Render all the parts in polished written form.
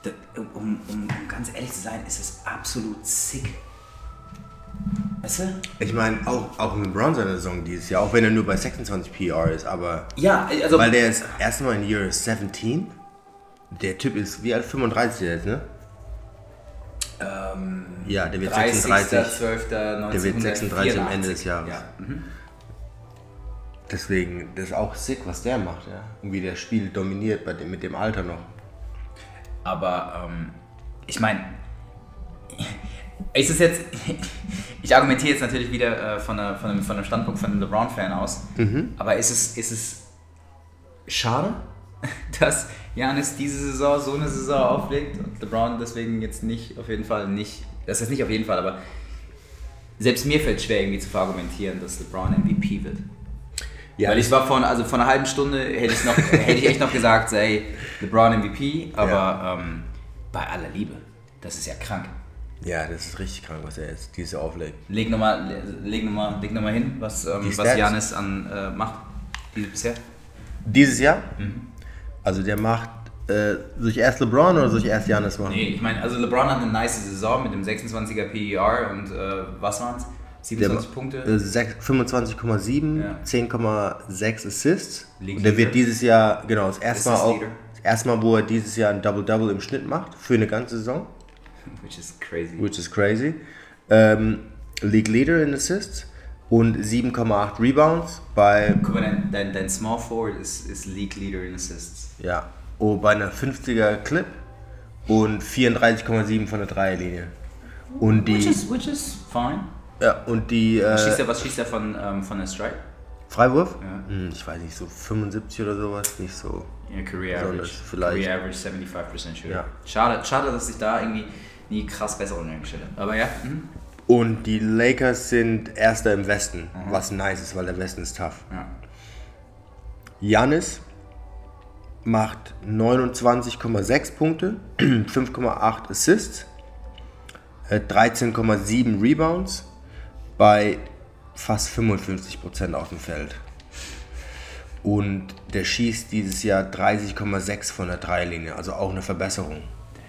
um ganz ehrlich zu sein, ist es absolut sick. Weißt du? Ich meine, auch LeBron seine Saison dieses Jahr, auch wenn er nur bei 26 PR ist, aber ja, also weil der ist erstmal in Year 17. Der Typ ist wie alt? 35 jetzt, ne? Ja, der wird 36. 12. Der wird 36 am Ende des Jahres. Ja. Deswegen, das ist auch sick, was der macht, ja. Und wie der Spiel dominiert mit dem Alter noch. Aber ich meine, ist es jetzt, ich argumentiere jetzt natürlich wieder von einem Standpunkt von einem LeBron-Fan aus, aber ist es schade, dass Giannis diese Saison so eine Saison auflegt und LeBron deswegen jetzt nicht, auf jeden Fall nicht, das ist nicht auf jeden Fall, aber selbst mir fällt es schwer irgendwie zu verargumentieren, dass LeBron MVP wird. Ja. Weil ich war vor einer halben Stunde hätte ich echt noch gesagt, ey, LeBron MVP, aber bei aller Liebe, das ist ja krank. Ja, das ist richtig krank, was er jetzt diese auflegt. Leg nochmal hin, was Giannis macht bisher. Dieses Jahr? Also der macht, soll ich erst LeBron oder soll ich erst Giannis machen? Nee, ich meine, also LeBron hat eine nice Saison mit dem 26er PER und was waren es? 27 Punkte? 25,7, ja. 10,6 Assists. Und der wird dieses Jahr, genau, das erste Mal, wo er dieses Jahr ein Double-Double im Schnitt macht, für eine ganze Saison. Which is crazy. League Leader in Assists und 7,8 Rebounds bei... Guck mal, dein Small Forward ist League Leader in Assists. Ja, bei einer 50er Clip und 34,7 von der Dreierlinie. Und die... Which is fine. Ja, und die... Was schießt er von der Strike? Freiwurf? Ja. Ich weiß nicht, so 75 oder sowas, nicht so... Ja, Career Average. Vielleicht. Career Average 75% Shooter. Ja. Schade, dass ich da irgendwie nie krass bessere stelle. Aber ja. Und die Lakers sind Erster im Westen, was nice ist, weil der Westen ist tough. Ja. Giannis macht 29,6 Punkte, 5,8 Assists, 13,7 Rebounds bei fast 55% auf dem Feld. Und der schießt dieses Jahr 30,6 von der Dreierlinie, also auch eine Verbesserung.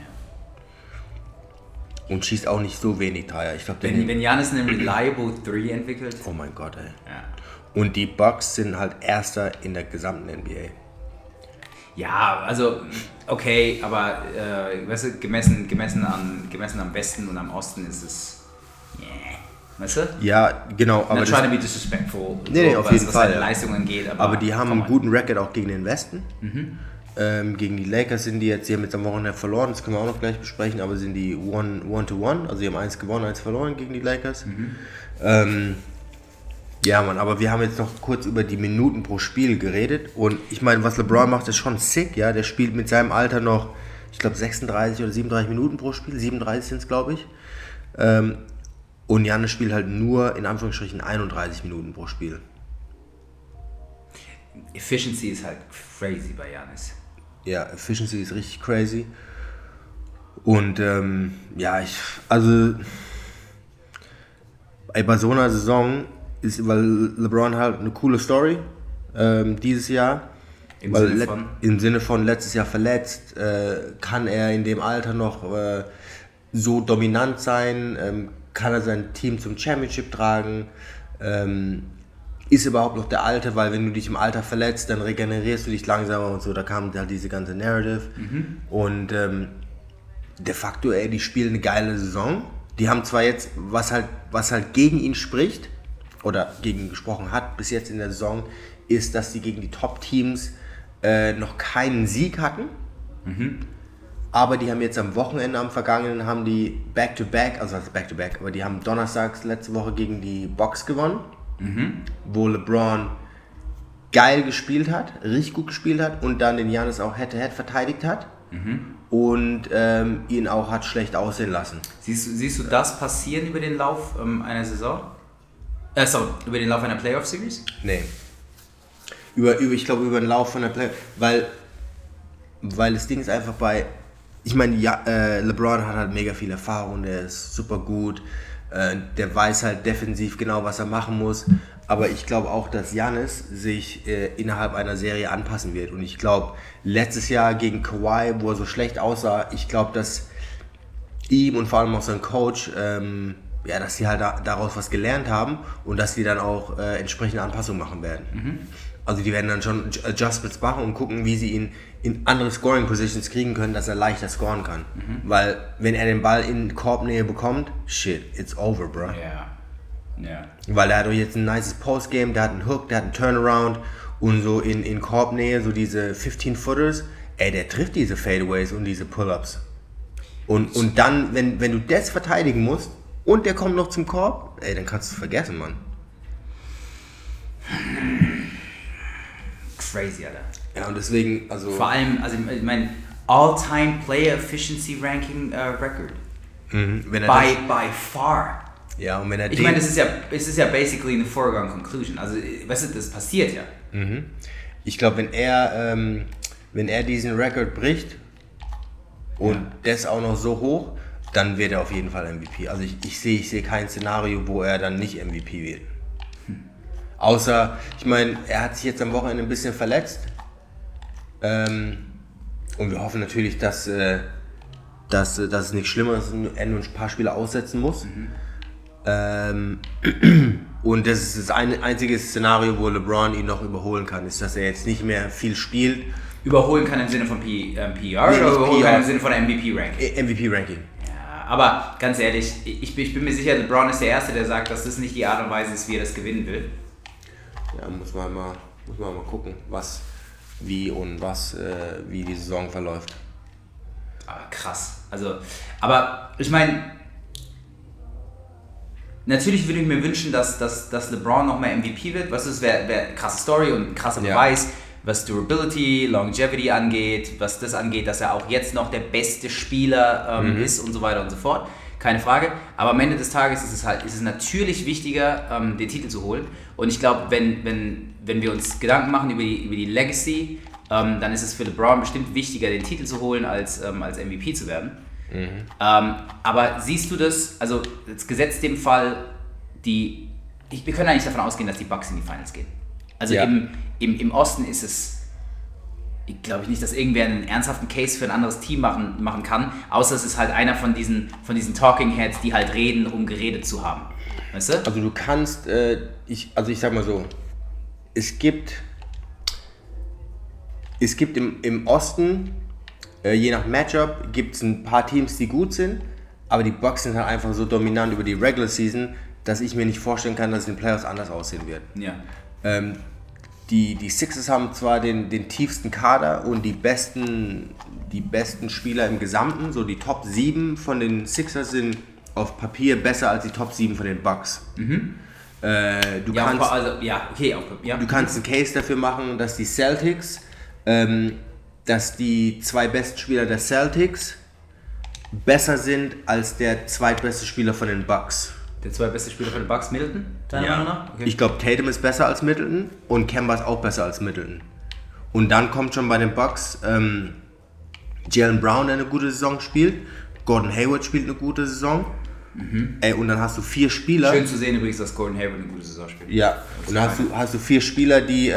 Und schießt auch nicht so wenig Dreier. Ich glaub, wenn Giannis einen reliable 3 entwickelt. Oh mein Gott, ey. Ja. Und die Bucks sind halt Erster in der gesamten NBA. Ja, also okay, aber weißt du, gemessen am Westen und am Osten ist es. Yeah. Weißt du? Ja, genau. Aber trying to be disrespectful. Nee, auf jeden Fall. Was seine Leistung angeht. Aber die haben einen guten Record auch gegen den Westen. Gegen die Lakers sind die haben jetzt am Wochenende verloren, das können wir auch noch gleich besprechen, aber sind die 1-1, also sie haben 1 gewonnen, 1 verloren gegen die Lakers. Ja, Mann, aber wir haben jetzt noch kurz über die Minuten pro Spiel geredet und ich meine, was LeBron macht, ist schon sick, ja, der spielt mit seinem Alter noch, ich glaube 36 oder 37 Minuten pro Spiel, 37 sind es, glaube ich. Und Giannis spielt halt nur, in Anführungsstrichen, 31 Minuten pro Spiel. Efficiency ist halt crazy bei Giannis. Ja, Efficiency ist richtig crazy. Und bei so einer Saison ist, weil LeBron halt eine coole Story dieses Jahr. Im Sinne von letztes Jahr verletzt, kann er in dem Alter noch so dominant sein, kann er sein Team zum Championship tragen, ist überhaupt noch der Alte, weil wenn du dich im Alter verletzt, dann regenerierst du dich langsamer und so, da kam halt diese ganze Narrative. Und de facto, die spielen eine geile Saison. Die haben zwar jetzt, was halt gegen ihn spricht, oder gegen ihn gesprochen hat bis jetzt in der Saison, ist, dass sie gegen die Top-Teams noch keinen Sieg hatten. Aber die haben jetzt am Wochenende, am vergangenen, haben die Back-to-Back, aber die haben donnerstags letzte Woche gegen die Bucks gewonnen. Wo LeBron geil gespielt hat, richtig gut gespielt hat und dann den Giannis auch Head-to-Head verteidigt hat und ihn auch hat schlecht aussehen lassen. Siehst du das passieren über den Lauf einer Saison? Über den Lauf einer Playoff-Series? Nee. Ich glaube über den Lauf von der Playoff, weil das Ding ist einfach ich meine, LeBron hat halt mega viel Erfahrung, der ist super gut. Der weiß halt defensiv genau, was er machen muss. Aber ich glaube auch, dass Giannis sich innerhalb einer Serie anpassen wird. Und ich glaube, letztes Jahr gegen Kawhi, wo er so schlecht aussah, ich glaube, dass ihm und vor allem auch sein Coach, dass sie halt daraus was gelernt haben und dass die dann auch entsprechende Anpassungen machen werden. Also die werden dann schon Adjustments machen und gucken, wie sie ihn in andere Scoring-Positions kriegen können, dass er leichter scoren kann. Weil wenn er den Ball in Korbnähe bekommt, shit, it's over, bro. Ja. Weil er hat doch jetzt ein nices Postgame, der hat einen Hook, der hat einen Turnaround und so in Korbnähe, so diese 15-Footers, der trifft diese Fadeaways und diese Pull-Ups. Und dann, wenn du das verteidigen musst und der kommt noch zum Korb, dann kannst du es vergessen, Mann. Crazy, Alter. Ja, und deswegen, also... Vor allem, also ich meine, All-Time Player Efficiency Ranking Record. Wenn er by far. Ja, und wenn er ich meine, es ist ja basically eine foregone conclusion. Also, weißt du, das passiert ja. Ich glaube, wenn er diesen Record bricht und das auch noch so hoch, dann wird er auf jeden Fall MVP. Also ich sehe kein Szenario, wo er dann nicht MVP wird. Außer, ich meine, er hat sich jetzt am Wochenende ein bisschen verletzt. Und wir hoffen natürlich, dass es nicht schlimmer ist und er nur ein paar Spiele aussetzen muss. Und das ist das einzige Szenario, wo LeBron ihn noch überholen kann, ist, dass er jetzt nicht mehr viel spielt. Überholen kann im Sinne von PR oder überholen kann im Sinne von MVP-Ranking? MVP-Ranking. Ja, aber ganz ehrlich, ich bin mir sicher, LeBron ist der Erste, der sagt, dass das nicht die Art und Weise ist, wie er das gewinnen will. Ja, muss man mal gucken, wie die Saison verläuft. Aber krass. Also, aber ich meine, natürlich würde ich mir wünschen, dass LeBron nochmal MVP wird. Was ist, wäre eine krasse Story und ein krasser Beweis, was Durability, Longevity angeht, was das angeht, dass er auch jetzt noch der beste Spieler ist und so weiter und so fort. Keine Frage. Aber am Ende des Tages ist es natürlich wichtiger, den Titel zu holen. Und ich glaube, wenn wir uns Gedanken machen über die Legacy, dann ist es für LeBron bestimmt wichtiger, den Titel zu holen, als MVP zu werden. Aber siehst du das, also jetzt gesetzt dem Fall, wir können eigentlich davon ausgehen, dass die Bucks in die Finals gehen. Also im Osten ist es, ich glaube nicht, dass irgendwer einen ernsthaften Case für ein anderes Team machen kann, außer es ist halt einer von diesen Talking Heads, die halt reden, um geredet zu haben. Weißt du? Also du kannst, ich sag mal so, es gibt im Osten, je nach Matchup, gibt es ein paar Teams, die gut sind, aber die Bucks sind halt einfach so dominant über die Regular Season, dass ich mir nicht vorstellen kann, dass es in den Playoffs anders aussehen wird. Ja. Die Sixers haben zwar den tiefsten Kader und die besten Spieler im Gesamten, so die Top 7 von den Sixers sind auf Papier besser als die Top 7 von den Bucks. Du kannst einen Case dafür machen, dass die Celtics, dass die zwei besten Spieler der Celtics besser sind als der zweitbeste Spieler von den Bucks. Der zweitbeste Spieler von den Bucks, Middleton? Deiner Meinung nach? Okay. Ich glaube, Tatum ist besser als Middleton und Kemba ist auch besser als Middleton. Und dann kommt schon bei den Bucks Jaylen Brown, der eine gute Saison spielt. Gordon Hayward spielt eine gute Saison. Und dann hast du 4 Spieler. Schön zu sehen übrigens, dass Gordon Hayward eine gute Saison spielt. Ja, und dann hast du 4 Spieler, die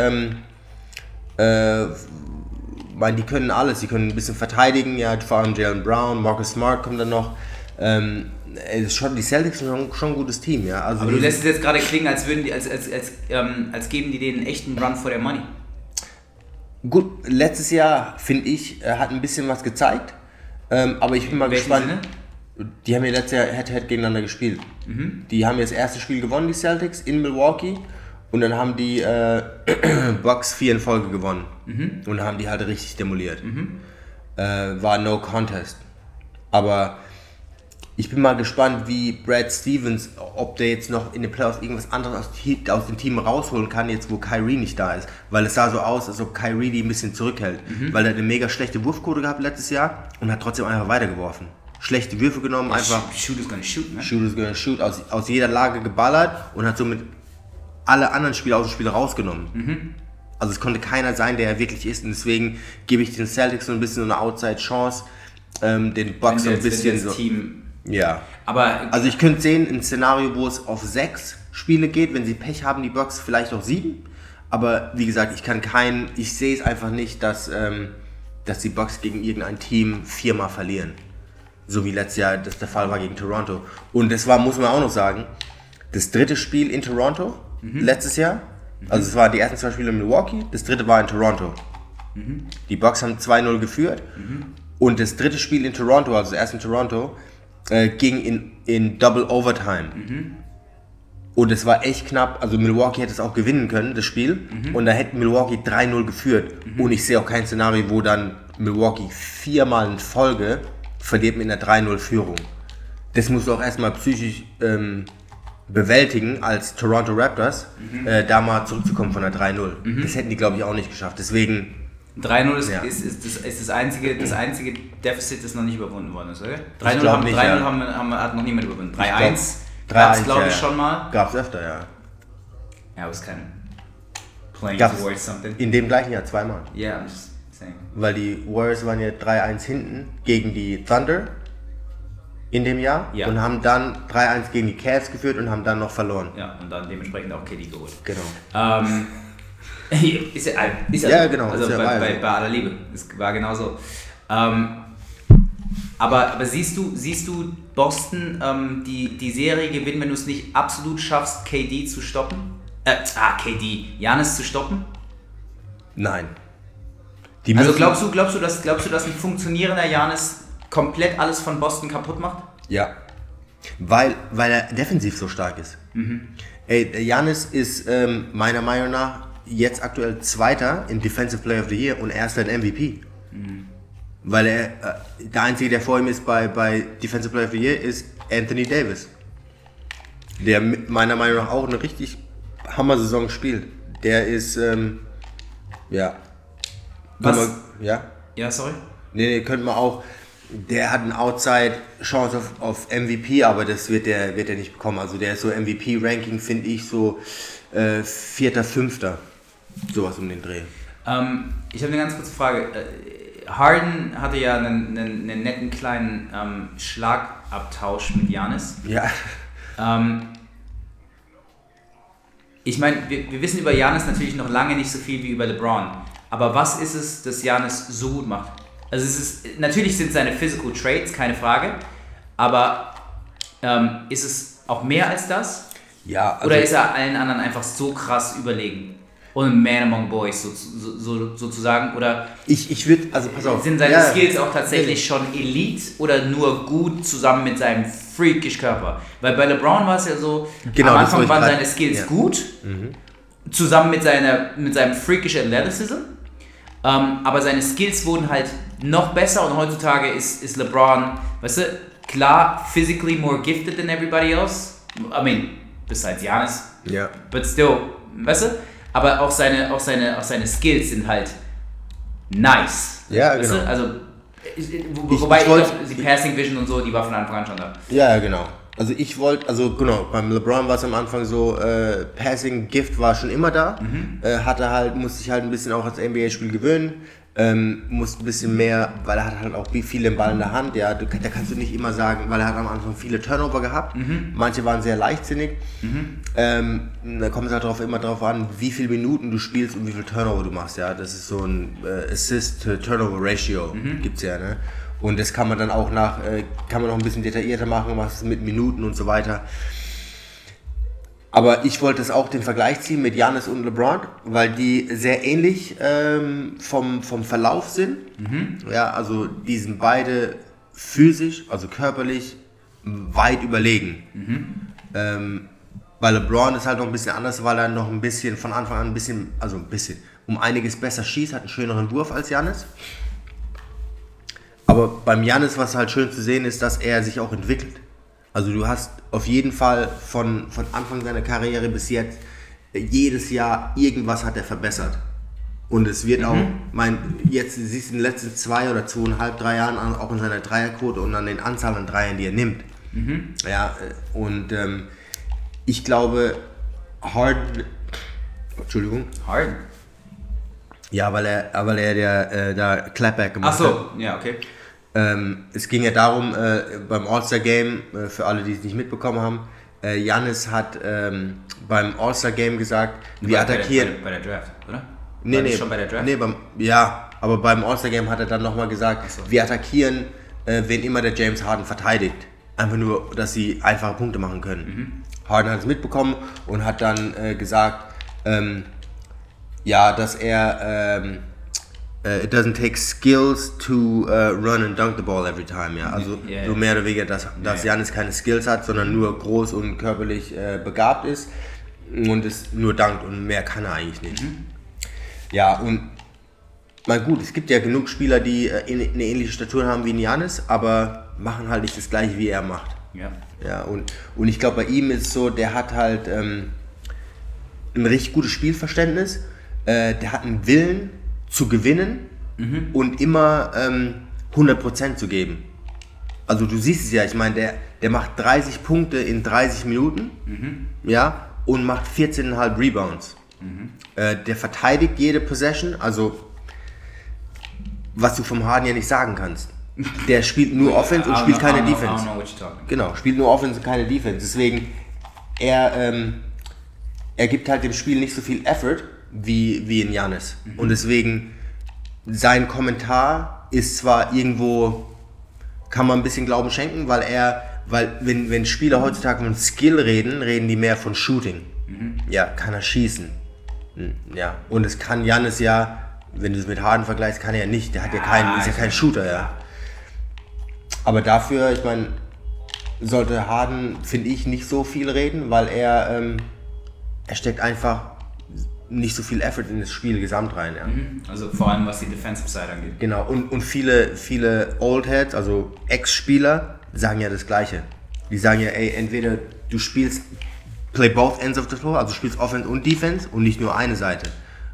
die können alles. Die können ein bisschen verteidigen, ja, vor allem Jaylen Brown, Marcus Smart kommt dann noch. Die Celtics sind schon ein gutes Team, ja. Also aber du lässt es jetzt gerade klingen, als würden die, als geben die denen einen echten Run for their money. Gut, letztes Jahr, finde ich, hat ein bisschen was gezeigt. Aber ich bin mal gespannt. Sinne? Die haben ja letztes Jahr Head-to-Head gegeneinander gespielt. Die haben ja das erste Spiel gewonnen, die Celtics, in Milwaukee. Und dann haben die Bucks 4 in Folge gewonnen. Und dann haben die halt richtig demoliert. War no contest. Aber ich bin mal gespannt, wie Brad Stevens, ob der jetzt noch in den Playoffs irgendwas anderes aus dem Team rausholen kann, jetzt wo Kyrie nicht da ist. Weil es sah so aus, als ob Kyrie die ein bisschen zurückhält. Weil er eine mega schlechte Wurfquote gehabt letztes Jahr und hat trotzdem einfach weitergeworfen. Schlechte Würfe genommen, einfach... Shoot is gonna shoot, ne? Shoot is gonna shoot, aus jeder Lage geballert und hat somit alle anderen Spieler aus dem Spiel rausgenommen. Also es konnte keiner sein, der er wirklich ist. Und deswegen gebe ich den Celtics so ein bisschen so eine Outside-Chance, den Bucks so ein bisschen so... Team ja, aber also ich könnte sehen, ein Szenario, wo es auf 6 Spiele geht. Wenn sie Pech haben, die Bucks vielleicht auch 7. Aber wie gesagt, ich sehe es einfach nicht, dass die Bucks gegen irgendein Team 4-mal verlieren. So wie letztes Jahr das der Fall war gegen Toronto. Und das war, muss man auch noch sagen, das 3. Spiel in Toronto letztes Jahr. Also es waren die ersten 2 Spiele in Milwaukee, das 3. war in Toronto. Die Bucks haben 2-0 geführt. Und das 3. Spiel in Toronto, also das erste in Toronto, ging in Double Overtime. Und es war echt knapp, also Milwaukee hätte es auch gewinnen können, das Spiel. Und da hätte Milwaukee 3-0 geführt. Und ich sehe auch kein Szenario, wo dann Milwaukee 4-mal in Folge verliert mit einer 3-0-Führung. Das musst du auch erstmal psychisch bewältigen als Toronto Raptors, da mal zurückzukommen von einer 3-0. Das hätten die, glaube ich, auch nicht geschafft. Deswegen... 3-0 ist das einzige Defizit, das noch nicht überwunden worden ist, oder? 3-0 hat noch niemand überwunden. 3-1 gab es, glaube ich, schon mal. Gab es öfter, ja. Ja, aber es ist kein Playing towards something. In dem gleichen Jahr 2-mal. Yeah, I'm just saying. Weil die Warriors waren ja 3-1 hinten gegen die Thunder in dem Jahr und haben dann 3-1 gegen die Cavs geführt und haben dann noch verloren. Ja, und dann dementsprechend auch KD geholt. Genau. Ist ja genau. Also ja bei aller Liebe. Es war genauso. Aber siehst du Boston die Serie gewinnen, wenn du es nicht absolut schaffst, KD zu stoppen? Giannis zu stoppen? Nein. Also glaubst du, dass ein funktionierender Giannis komplett alles von Boston kaputt macht? Ja. Weil er defensiv so stark ist. Giannis ist meiner Meinung nach jetzt aktuell Zweiter in Defensive Player of the Year und Erster in MVP. Weil der Einzige, der vor ihm ist bei Defensive Player of the Year, ist Anthony Davis. Der meiner Meinung nach auch eine richtig Hammer-Saison spielt. Der ist, Was? Ja, sorry? Nee, könnte man auch. Der hat eine Outside-Chance auf MVP, aber das wird er nicht bekommen. Also der ist so MVP-Ranking, finde ich, so 4., 5. Sowas um den Dreh. Ich habe eine ganz kurze Frage. Harden hatte ja einen netten kleinen Schlagabtausch mit Giannis. Ja. Ich meine, wir wissen über Giannis natürlich noch lange nicht so viel wie über LeBron. Aber was ist es, das Giannis so gut macht? Also natürlich sind seine Physical Traits, keine Frage. Aber ist es auch mehr als das? Ja. Also oder ist er allen anderen einfach so krass überlegen? Und ein Man among Boys sozusagen? Oder ich würde, also pass auf. Sind seine Skills auch tatsächlich schon Elite oder nur gut zusammen mit seinem freakish Körper? Weil bei LeBron war es ja so, am Anfang waren seine Skills gut, zusammen mit seinem freakish Athleticism, aber seine Skills wurden halt noch besser und heutzutage ist LeBron, weißt du, klar, physically more gifted than everybody else. I mean, besides Giannis. Ja. But still, weißt du? Aber auch seine Skills sind halt nice. Ja, weißt genau. du? Also, wobei ich glaube, die Passing Vision und so, die war von Anfang an schon da. Ja, genau. Beim LeBron war es am Anfang so, Passing Gift war schon immer da. Musste sich halt ein bisschen auch als NBA-Spiel gewöhnen. Musste ein bisschen mehr, weil er hat halt auch viel den Ball in der Hand. Ja, da kannst du nicht immer sagen, weil er hat am Anfang viele Turnover gehabt. Manche waren sehr leichtsinnig. Da kommt es halt immer darauf an, wie viele Minuten du spielst und wie viel Turnover du machst. Ja, das ist so ein Assist-to-Turnover-Ratio gibt's ja, ne? Und das kann man dann auch kann man noch ein bisschen detaillierter machen, was mit Minuten und so weiter. Aber ich wollte es auch den Vergleich ziehen mit Giannis und LeBron, weil die sehr ähnlich vom Verlauf sind. Ja, also die sind beide physisch, also körperlich weit überlegen. Bei LeBron ist halt noch ein bisschen anders, weil er noch ein bisschen von Anfang an um einiges besser schießt, hat einen schöneren Wurf als Giannis. Aber beim Giannis, was halt schön zu sehen ist, dass er sich auch entwickelt. Also du hast auf jeden Fall von Anfang seiner Karriere bis jetzt jedes Jahr irgendwas hat er verbessert. Und es wird auch, jetzt siehst du in den letzten 2 oder 2,5, 3 Jahren auch in seiner Dreierquote und an den Anzahl an Dreiern, die er nimmt. Ja, und ich glaube, Harden. Ja, weil er da Clapback gemacht hat. Ach so, ja, okay. Es ging ja darum, beim All-Star Game, für alle, die es nicht mitbekommen haben, Giannis hat beim All-Star-Game gesagt, wir attackieren... Bei der Draft, oder? Nee, schon bei der Draft? Nee, aber beim All-Star-Game hat er dann nochmal gesagt, wir attackieren, wen immer der James Harden verteidigt. Einfach nur, dass sie einfache Punkte machen können. Harden hat es mitbekommen und hat dann gesagt, dass er... it doesn't take skills to run and dunk the ball every time, ja. Also so mehr oder weniger, dass Giannis keine Skills hat, sondern nur groß und körperlich begabt ist und es nur dunkt und mehr kann er eigentlich nicht. Ja, und mal gut, es gibt ja genug Spieler, die eine ähnliche Statur haben wie Giannis, aber machen halt nicht das gleiche, wie er macht. Ja, und ich glaube, bei ihm ist es so, der hat halt ein richtig gutes Spielverständnis, der hat einen Willen zu gewinnen und immer 100% zu geben. Also du siehst es ja, ich meine, der macht 30 Punkte in 30 Minuten ja, und macht 14,5 Rebounds. Der verteidigt jede Possession, also was du vom Harden ja nicht sagen kannst. Der spielt nur Offense und spielt keine Defense. Genau, spielt nur Offense und keine Defense. Deswegen, er gibt halt dem Spiel nicht so viel Effort wie in Giannis. Und deswegen, sein Kommentar ist zwar irgendwo, kann man ein bisschen Glauben schenken, weil wenn Spieler heutzutage von Skill reden die mehr von Shooting. Ja, kann er schießen. Ja, und es kann Giannis ja, wenn du es mit Harden vergleichst, kann er ja nicht. Der hat ist ja kein Shooter, ja. Aber dafür, ich meine, sollte Harden, finde ich, nicht so viel reden, weil er steckt einfach nicht so viel Effort in das Spiel gesamt rein. Ja. Also vor allem was die Defensive Side angeht. Genau, und viele Old Heads, also Ex-Spieler, sagen ja das Gleiche. Die sagen ja, ey, entweder du spielst, play both ends of the floor, also du spielst Offense und Defense und nicht nur eine Seite.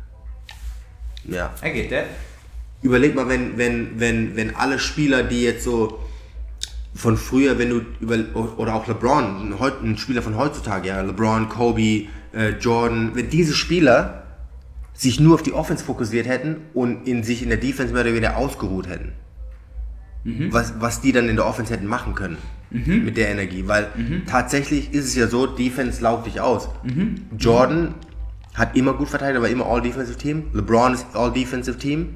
Ja. I get that. Überleg mal, wenn alle Spieler, die jetzt so von früher, oder auch LeBron, ein Spieler von heutzutage, ja, LeBron, Kobe, Jordan, wenn diese Spieler sich nur auf die Offense fokussiert hätten und sich in der Defense mehr oder weniger ausgeruht hätten, was die dann in der Offense hätten machen können mit der Energie, weil tatsächlich ist es ja so, Defense laugt dich aus. Jordan hat immer gut verteidigt, war immer All-Defensive Team, LeBron ist All-Defensive Team,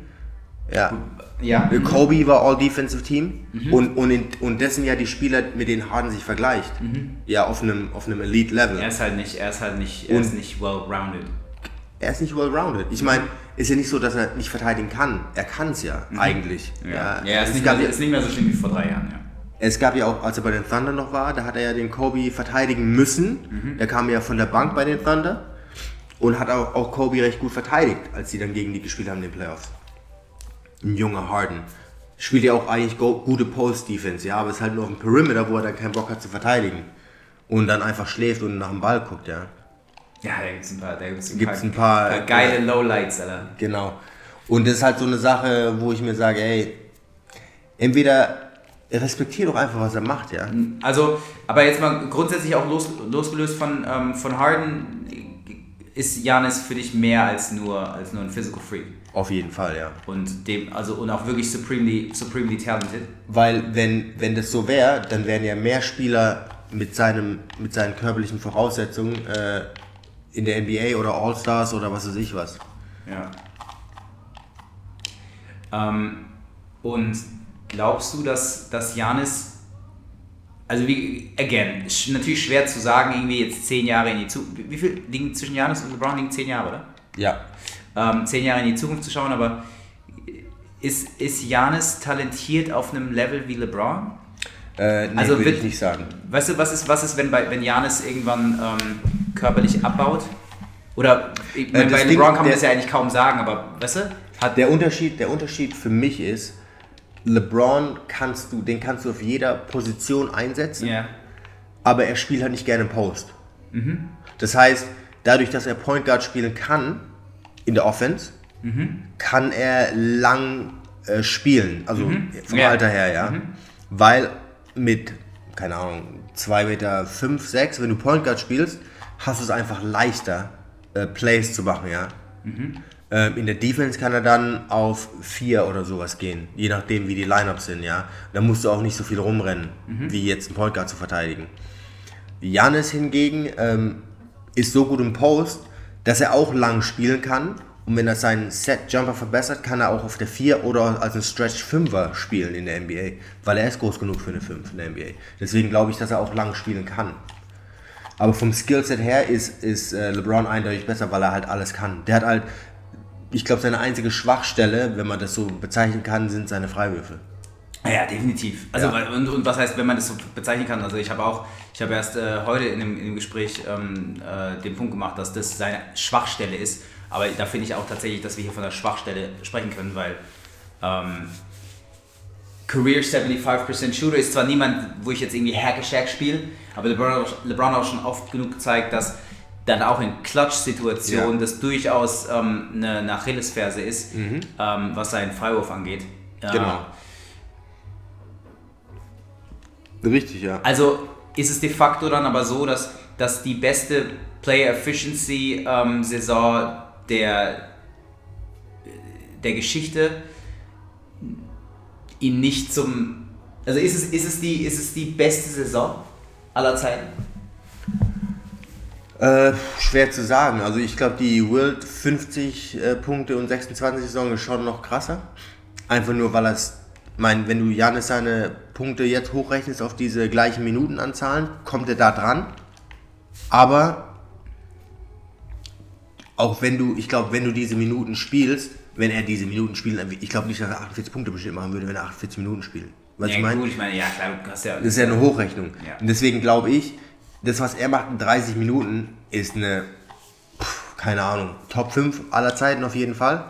ja. Kobe war All-Defensive Team und das sind ja die Spieler, mit denen Harden sich vergleicht. Ja, auf einem Elite-Level. Er ist nicht well-rounded. Er ist nicht well-rounded. Ich meine, ist ja nicht so, dass er nicht verteidigen kann. Er kann es ja eigentlich. Ja, ist nicht mehr so schlimm wie vor 3 Jahren, ja. Es gab ja auch, als er bei den Thunder noch war, da hat er ja den Kobe verteidigen müssen. Der kam ja von der Bank bei den Thunder und hat auch Kobe recht gut verteidigt, als sie dann gegen die gespielt haben in den Playoffs. Ein junger Harden. Spielt ja auch eigentlich gute Post-Defense, ja, aber ist halt nur auf dem Perimeter, wo er dann keinen Bock hat zu verteidigen. Und dann einfach schläft und nach dem Ball guckt, ja. Ja, da gibt's ein paar geile Lowlights, Alter. Genau. Und das ist halt so eine Sache, wo ich mir sage, ey, entweder respektiere doch einfach, was er macht, ja. Also, aber jetzt mal grundsätzlich auch losgelöst von Harden, ist Giannis für dich mehr als nur ein Physical Freak? Auf jeden Fall, ja. Und auch wirklich supremely talented. Weil wenn das so wäre, dann wären ja mehr Spieler mit seinen körperlichen Voraussetzungen in der NBA oder All-Stars oder was weiß ich was. Ja. Und glaubst du, dass Giannis, also natürlich schwer zu sagen, irgendwie jetzt 10 Jahre in die Zukunft, wie viel liegen zwischen Giannis und LeBron, liegen 10 Jahre, oder? Ja. 10 Jahre in die Zukunft zu schauen, aber ist Giannis talentiert auf einem Level wie LeBron? Nee, also würde ich nicht sagen. Weißt du, was ist wenn Giannis irgendwann körperlich abbaut? Oder bei LeBron kann man das ja eigentlich kaum sagen, aber weißt du? Der Unterschied für mich ist, LeBron kannst du auf jeder Position einsetzen, aber er spielt halt nicht gerne im Post. Das heißt, dadurch, dass er Point Guard spielen kann in der Offense, kann er lang spielen, also vom Alter her, ja. Weil mit, keine Ahnung, 2,5 Meter, 6, wenn du Point Guard spielst, hast du es einfach leichter, Plays zu machen, ja. In der Defense kann er dann auf 4 oder sowas gehen, je nachdem wie die Lineups sind, ja. Da musst du auch nicht so viel rumrennen, wie jetzt einen Point Guard zu verteidigen. Giannis hingegen ist so gut im Post, dass er auch lang spielen kann. Und wenn er seinen Set-Jumper verbessert, kann er auch auf der 4 oder als ein Stretch-5er spielen in der NBA. Weil er ist groß genug für eine 5 in der NBA. Deswegen glaube ich, dass er auch lang spielen kann. Aber vom Skillset her ist LeBron eindeutig besser, weil er halt alles kann. Der hat halt, ich glaube, seine einzige Schwachstelle, wenn man das so bezeichnen kann, sind seine Freiwürfe. Ja, definitiv. Also und was heißt, wenn man das so bezeichnen kann? Also ich habe erst heute in dem Gespräch den Punkt gemacht, dass das seine Schwachstelle ist. Aber da finde ich auch tatsächlich, dass wir hier von der Schwachstelle sprechen können, weil Career 75% Shooter ist zwar niemand, wo ich jetzt irgendwie Hack-a-Shack spiele, aber LeBron hat auch schon oft genug gezeigt, dass dann auch in Clutch-Situationen das durchaus eine Achillesferse ist, was seinen Freiwurf angeht. Genau. Richtig, ja. Also ist es de facto dann aber so, dass die beste Player Efficiency Saison der Geschichte ihn nicht zum... Also ist es die beste Saison aller Zeiten? Schwer zu sagen. Also ich glaube, die Wilt 50 Punkte und 26 Saison ist schon noch krasser. Einfach nur, weil wenn du Giannis seine Punkte jetzt hochrechnest auf diese gleichen Minutenanzahlen, kommt er da dran. Aber auch wenn du diese Minuten spielst, wenn er diese Minuten spielt, ich glaube nicht, dass er 48 Punkte bestimmt machen würde, wenn er 48 Minuten spielt. Weißt du, gut, ich meine, ja klar, du hast ja... Das ist ja eine Hochrechnung. Ja. Und deswegen glaube ich, das, was er macht in 30 Minuten, ist eine, keine Ahnung, Top 5 aller Zeiten auf jeden Fall.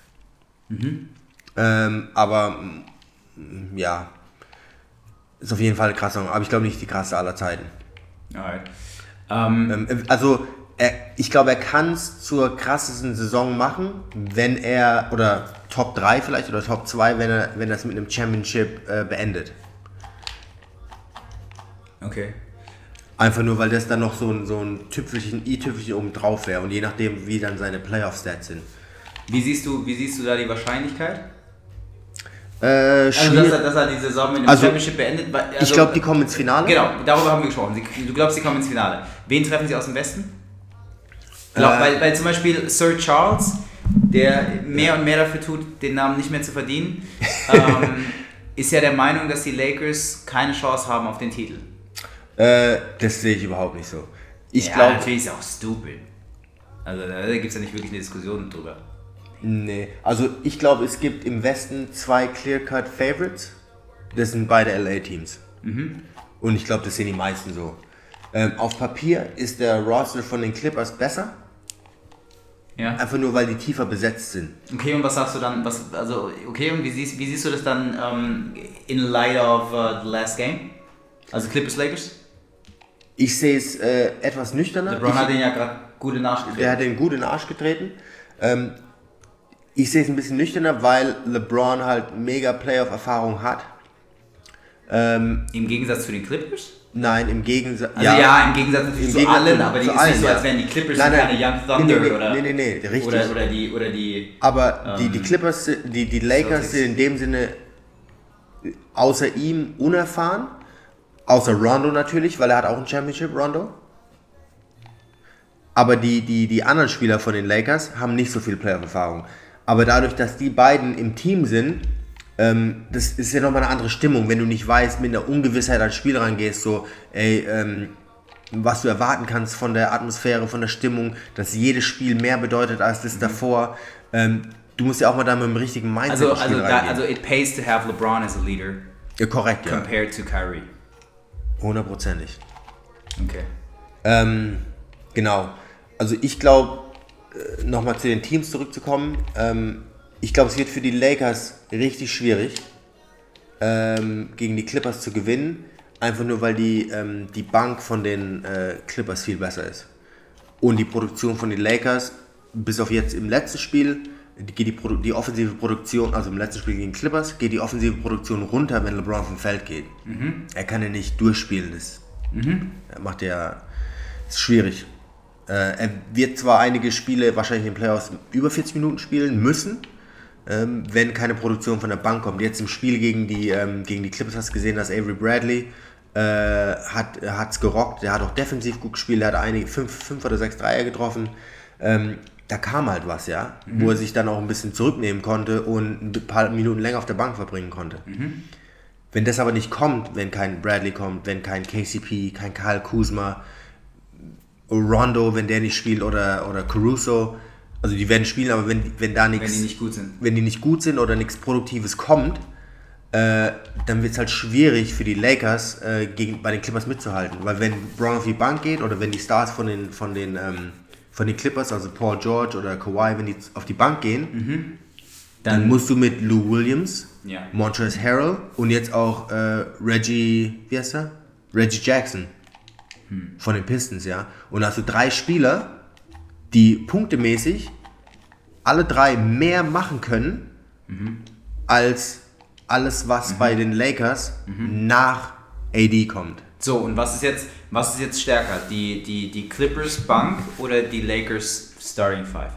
Aber, ja, ist auf jeden Fall eine krasse Saison, aber ich glaube nicht die krasse aller Zeiten. Alright. Ich glaube, er kann es zur krassesten Saison machen, wenn er, oder Top 3 vielleicht, oder Top 2, wenn er es mit einem Championship beendet. Okay. Einfach nur, weil das dann noch so ein i-Tüpfelchen oben drauf wäre und je nachdem, wie dann seine Playoff-Stats sind. Wie siehst du da die Wahrscheinlichkeit? Also, dass er die Saison mit dem Championship beendet? Ich glaube, die kommen ins Finale. Genau, darüber haben wir gesprochen. Du glaubst, sie kommen ins Finale. Wen treffen sie aus dem Westen? Weil zum Beispiel Sir Charles, der mehr und mehr dafür tut, den Namen nicht mehr zu verdienen, ist ja der Meinung, dass die Lakers keine Chance haben auf den Titel. Das sehe ich überhaupt nicht so. Ich glaube, natürlich ist es auch stupid. Also da gibt es ja nicht wirklich eine Diskussion drüber. Nee, also ich glaube, es gibt im Westen 2 Clear-Cut Favorites. Das sind beide LA-Teams. Und ich glaube, das sehen die meisten so. Auf Papier ist der Roster von den Clippers besser. Ja. Einfach nur, weil die tiefer besetzt sind. Okay, und was sagst du dann? Und wie siehst du das dann in light of the last game? Also Clippers Lakers? Ich sehe es etwas nüchterner. LeBron hat den ja gerade gut in den Arsch getreten. Der hat den gut in den Arsch getreten. Ich sehe es ein bisschen nüchterner, weil LeBron halt mega Playoff-Erfahrung hat. Im Gegensatz zu den Clippers? Nein, im Gegensatz... Also im Gegensatz zu allen, aber die ist nicht so, als wären die Clippers keine Young Thunder oder... Nee, richtig. Oder die... Aber die Clippers, die Lakers sind in dem Sinne außer ihm unerfahren. Außer Rondo natürlich, weil er hat auch ein Championship, Rondo. Aber die anderen Spieler von den Lakers haben nicht so viel Playoff-Erfahrung. Aber dadurch, dass die beiden im Team sind, das ist ja nochmal eine andere Stimmung, wenn du nicht weißt, mit einer Ungewissheit ans Spiel rangehst, so, was du erwarten kannst von der Atmosphäre, von der Stimmung, dass jedes Spiel mehr bedeutet als das davor. Du musst ja auch mal da mit dem richtigen Mindset ins Spiel reingehen. Also it pays to have LeBron as a leader. Ja, korrekt, ja. Compared to Kyrie. 100%. Okay. Genau. Also ich glaube, nochmal zu den Teams zurückzukommen, ich glaube, es wird für die Lakers richtig schwierig, gegen die Clippers zu gewinnen, einfach nur, weil die Bank von den Clippers viel besser ist. Und die Produktion von den Lakers, bis auf jetzt im letzten Spiel, geht die offensive Produktion, also im letzten Spiel gegen Clippers, geht die offensive Produktion runter, wenn LeBron vom Feld geht. Er kann ja nicht durchspielen, das ist schwierig. Er wird zwar einige Spiele wahrscheinlich in den Playoffs über 40 Minuten spielen müssen, wenn keine Produktion von der Bank kommt. Jetzt im Spiel gegen die Clippers hast du gesehen, dass Avery Bradley hat's gerockt, der hat auch defensiv gut gespielt, der hat einige 5 oder 6 Dreier getroffen. Da kam halt was, ja, wo er sich dann auch ein bisschen zurücknehmen konnte und ein paar Minuten länger auf der Bank verbringen konnte. Wenn das aber nicht kommt, wenn kein Bradley kommt, wenn kein KCP, kein Kyle Kuzma, Rondo, wenn der nicht spielt oder Caruso, also die werden spielen, aber wenn da nichts, wenn die nicht gut sind oder nichts Produktives kommt, dann wird es halt schwierig für die Lakers bei den Clippers mitzuhalten, weil wenn Brown auf die Bank geht oder wenn die Stars von den Clippers, also Paul George oder Kawhi, wenn die auf die Bank gehen, dann musst du mit Lou Williams, Montrezl Harrell und jetzt auch Reggie Jackson von den Pistons, ja. Und da hast du 3 Spieler, die punktemäßig alle 3 mehr machen können als alles, was bei den Lakers nach AD kommt. So, und was ist jetzt stärker? Die Clippers Bank oder die Lakers Starting Five?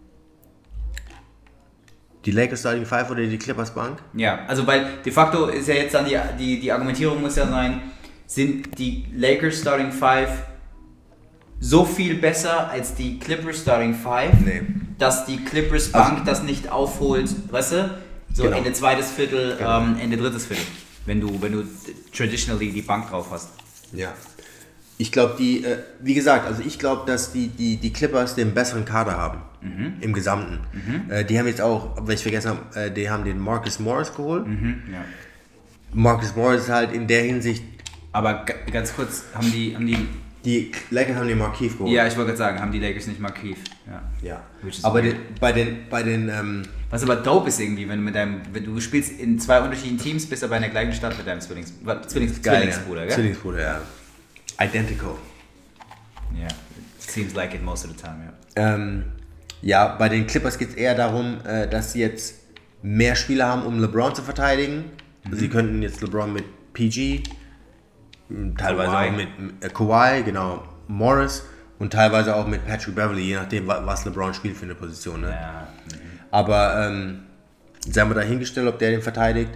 Die Lakers Starting Five oder die Clippers Bank? Ja, also weil de facto ist ja jetzt dann die Argumentierung muss ja sein, sind die Lakers Starting Five so viel besser als die Clippers Starting Five, dass die Clippers Bank das nicht aufholt, weißt du? So genau. Ende zweites Viertel, Ende drittes Viertel, wenn du traditionally die Bank drauf hast. Ja. Ich glaube, wie gesagt, also ich glaube, dass die Clippers den besseren Kader haben. Im Gesamten. Die haben jetzt auch, weil ich vergessen habe, die haben den Marcus Morris geholt. Ja. Marcus Morris ist halt in der Hinsicht... Aber ganz kurz, haben die Lakers haben den Markieff geholt. Ja, ich wollte gerade sagen, haben die Lakers nicht Markieff. Ja. Aber bei den was aber dope ist irgendwie, wenn du spielst in 2 unterschiedlichen Teams, bist aber in der gleichen Stadt mit deinem Zwillingsbruder, gell? Zwillingsbruder, ja. Identical. Yeah, it seems like it most of the time, ja, bei den Clippers geht es eher darum, dass sie jetzt mehr Spieler haben, um LeBron zu verteidigen. Sie könnten jetzt LeBron mit PG, teilweise Kawhi. Auch mit Kawhi, genau, Morris und teilweise auch mit Patrick Beverley, je nachdem, was LeBron spielt für eine Position. Ne? Ja. Aber sie haben wir dahingestellt, ob der den verteidigt.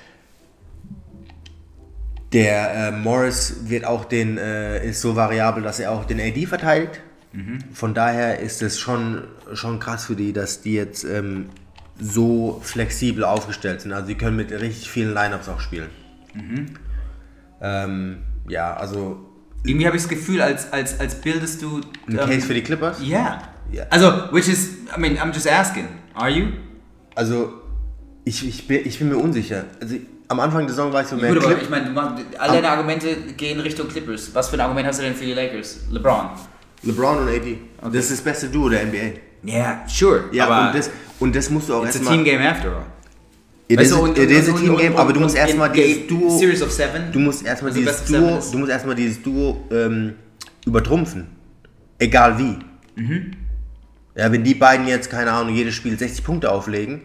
Der Morris wird auch ist so variabel, dass er auch den AD verteidigt. Von daher ist es schon krass für die, dass die jetzt so flexibel aufgestellt sind. Also die können mit richtig vielen Lineups auch spielen. Ja, also... Irgendwie habe ich das Gefühl, als bildest du... Ein Case für die Clippers? Ja. Yeah. Also, I'm just asking. Are you? Also, ich bin mir unsicher. Also, am Anfang der Saison war ich so mehr... Gut, aber ich meine, all deine Argumente gehen Richtung Clippers. Was für ein Argument hast du denn für die Lakers? LeBron und AD. Okay. Das ist das beste Duo der NBA. Yeah, sure. Ja, aber und das musst du auch erstmal... It's a team game after all. It is a team game, aber du musst erstmal dieses Duo... Series of 7. Du musst erstmal dieses Duo übertrumpfen. Egal wie. Ja, wenn die beiden jetzt, keine Ahnung, jedes Spiel 60 Punkte auflegen,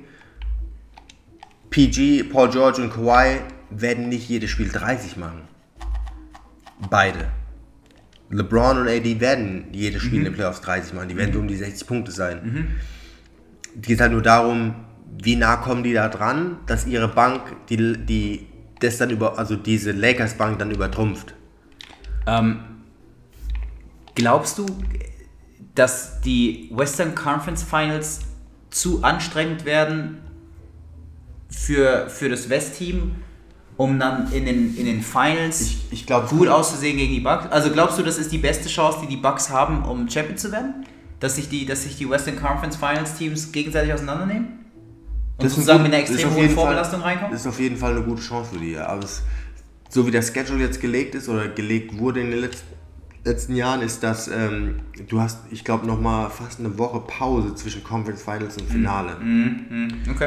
PG, Paul George und Kawhi werden nicht jedes Spiel 30 machen. Beide. LeBron und AD werden jedes Spiel in den Playoffs 30 machen. Die werden so um die 60 Punkte sein. Es geht halt nur darum, wie nah kommen die da dran, dass ihre Bank diese Lakers Bank dann übertrumpft. Glaubst du, dass die Western Conference Finals zu anstrengend werden für das West-Team, um dann in den Finals gut auszusehen gegen die Bucks? Also glaubst du, das ist die beste Chance, die Bucks haben, um Champion zu werden? Dass sich die Western Conference Finals Teams gegenseitig auseinandernehmen? Und sozusagen mit einer extrem hohen Vorbelastung reinkommen? Das ist auf jeden Fall eine gute Chance für die. Aber so wie der Schedule jetzt gelegt ist oder gelegt wurde in den letzten Jahren, ist, dass du hast, ich glaube, nochmal fast eine Woche Pause zwischen Conference Finals und Finale. Okay.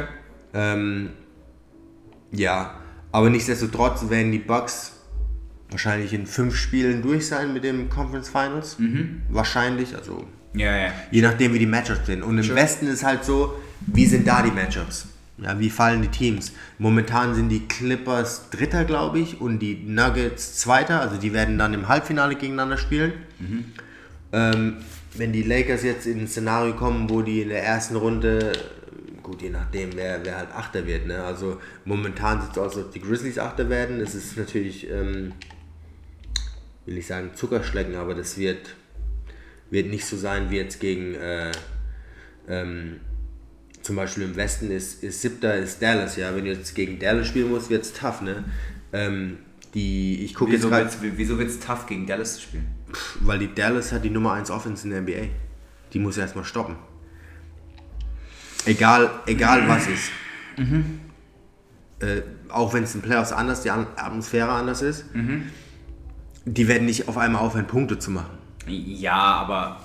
Ja, aber nichtsdestotrotz werden die Bucks wahrscheinlich in 5 Spielen durch sein mit dem Conference Finals. Wahrscheinlich, also je nachdem wie die Matchups sind. Und im Westen ist halt so, wie sind da die Matchups? Ja, wie fallen die Teams? Momentan sind die Clippers Dritter, glaube ich, und die Nuggets Zweiter. Also die werden dann im Halbfinale gegeneinander spielen. Wenn die Lakers jetzt in ein Szenario kommen, wo die in der ersten Runde, gut, je nachdem, wer halt Achter wird. Ne? Also momentan sieht es aus, als ob die Grizzlies Achter werden. Es ist natürlich will ich sagen, Zuckerschlecken, aber das wird nicht so sein wie jetzt gegen, zum Beispiel im Westen ist 7. ist Dallas, ja. Wenn du jetzt gegen Dallas spielen musst, wird es tough, ne? Ich gucke jetzt gerade. Wieso wird es tough, gegen Dallas zu spielen? Weil die Dallas hat die Nummer 1 Offense in der NBA. Die muss erstmal stoppen. Egal was ist. Auch wenn es in den Playoffs anders, die Atmosphäre anders ist, die werden nicht auf einmal aufhören, Punkte zu machen. Ja, aber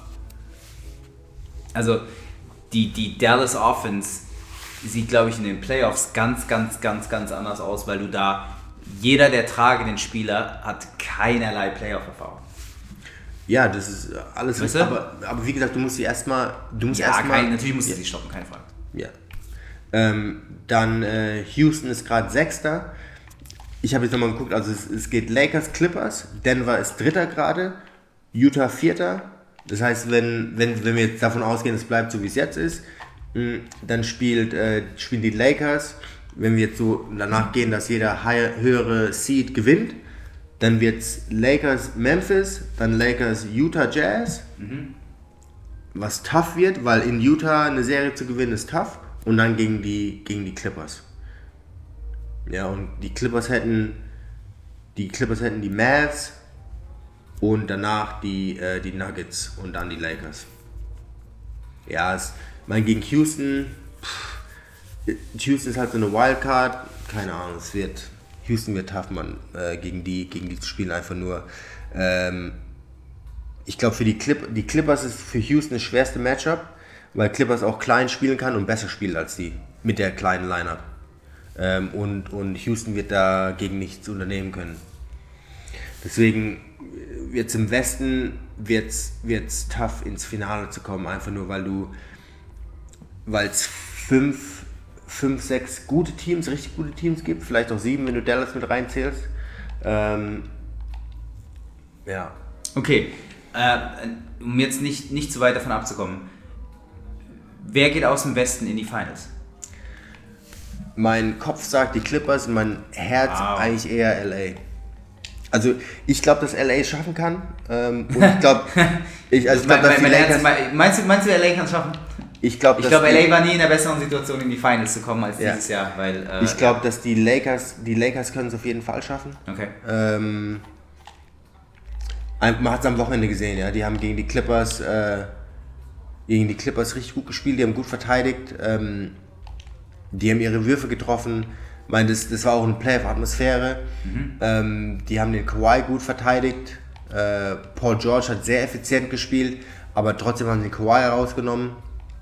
also die Dallas Offense sieht, glaube ich, in den Playoffs ganz anders aus, weil du da, jeder der tragenden Spieler hat keinerlei Playoff-Erfahrung. Ja, das ist alles richtig, aber wie gesagt, du musst sie erstmal... Natürlich musst du sie stoppen, keine Frage. Ja. Dann Houston ist gerade 6. Ich habe jetzt nochmal geguckt, also es geht Lakers, Clippers, Denver ist 3. gerade, Utah 4. Das heißt, wenn wir jetzt davon ausgehen, es bleibt so wie es jetzt ist, dann spielen die Lakers, wenn wir jetzt so danach gehen, dass jeder höhere Seed gewinnt, dann wird es Lakers Memphis, dann Lakers Utah Jazz, was tough wird, weil in Utah eine Serie zu gewinnen ist tough, und dann gegen die Clippers. Ja, und die Clippers hätten die Mavs und danach die Nuggets und dann die Lakers. Ja, gegen Houston ist halt so eine Wildcard, keine Ahnung, Houston wird tough, man, gegen die zu spielen, einfach nur. Ich glaube, für die Clippers ist für Houston das schwerste Matchup, weil Clippers auch klein spielen kann und besser spielt als die mit der kleinen Lineup. Und Houston wird dagegen nichts unternehmen können. Deswegen wird es im Westen wird's tough, ins Finale zu kommen, einfach nur weil es 5, 6 gute Teams, richtig gute Teams gibt, vielleicht auch 7, wenn du Dallas mit reinzählst. Ja. Okay, um jetzt nicht zu weit davon abzukommen, wer geht aus dem Westen in die Finals? Mein Kopf sagt die Clippers und mein Herz eigentlich eher LA. Also ich glaube, dass LA es schaffen kann. Und ich glaube, dass die Lakers... Meinst du, LA kann es schaffen? Ich glaube, LA war nie in einer besseren Situation, in die Finals zu kommen als dieses Jahr, weil... ich glaube, dass die Lakers können es auf jeden Fall schaffen. Okay. Man hat es am Wochenende gesehen, ja. Die haben gegen die Clippers richtig gut gespielt, die haben gut verteidigt, die haben ihre Würfe getroffen. Ich meine, das war auch eine Playoff-Atmosphäre. Die haben den Kawhi gut verteidigt. Paul George hat sehr effizient gespielt, aber trotzdem haben sie den Kawhi rausgenommen.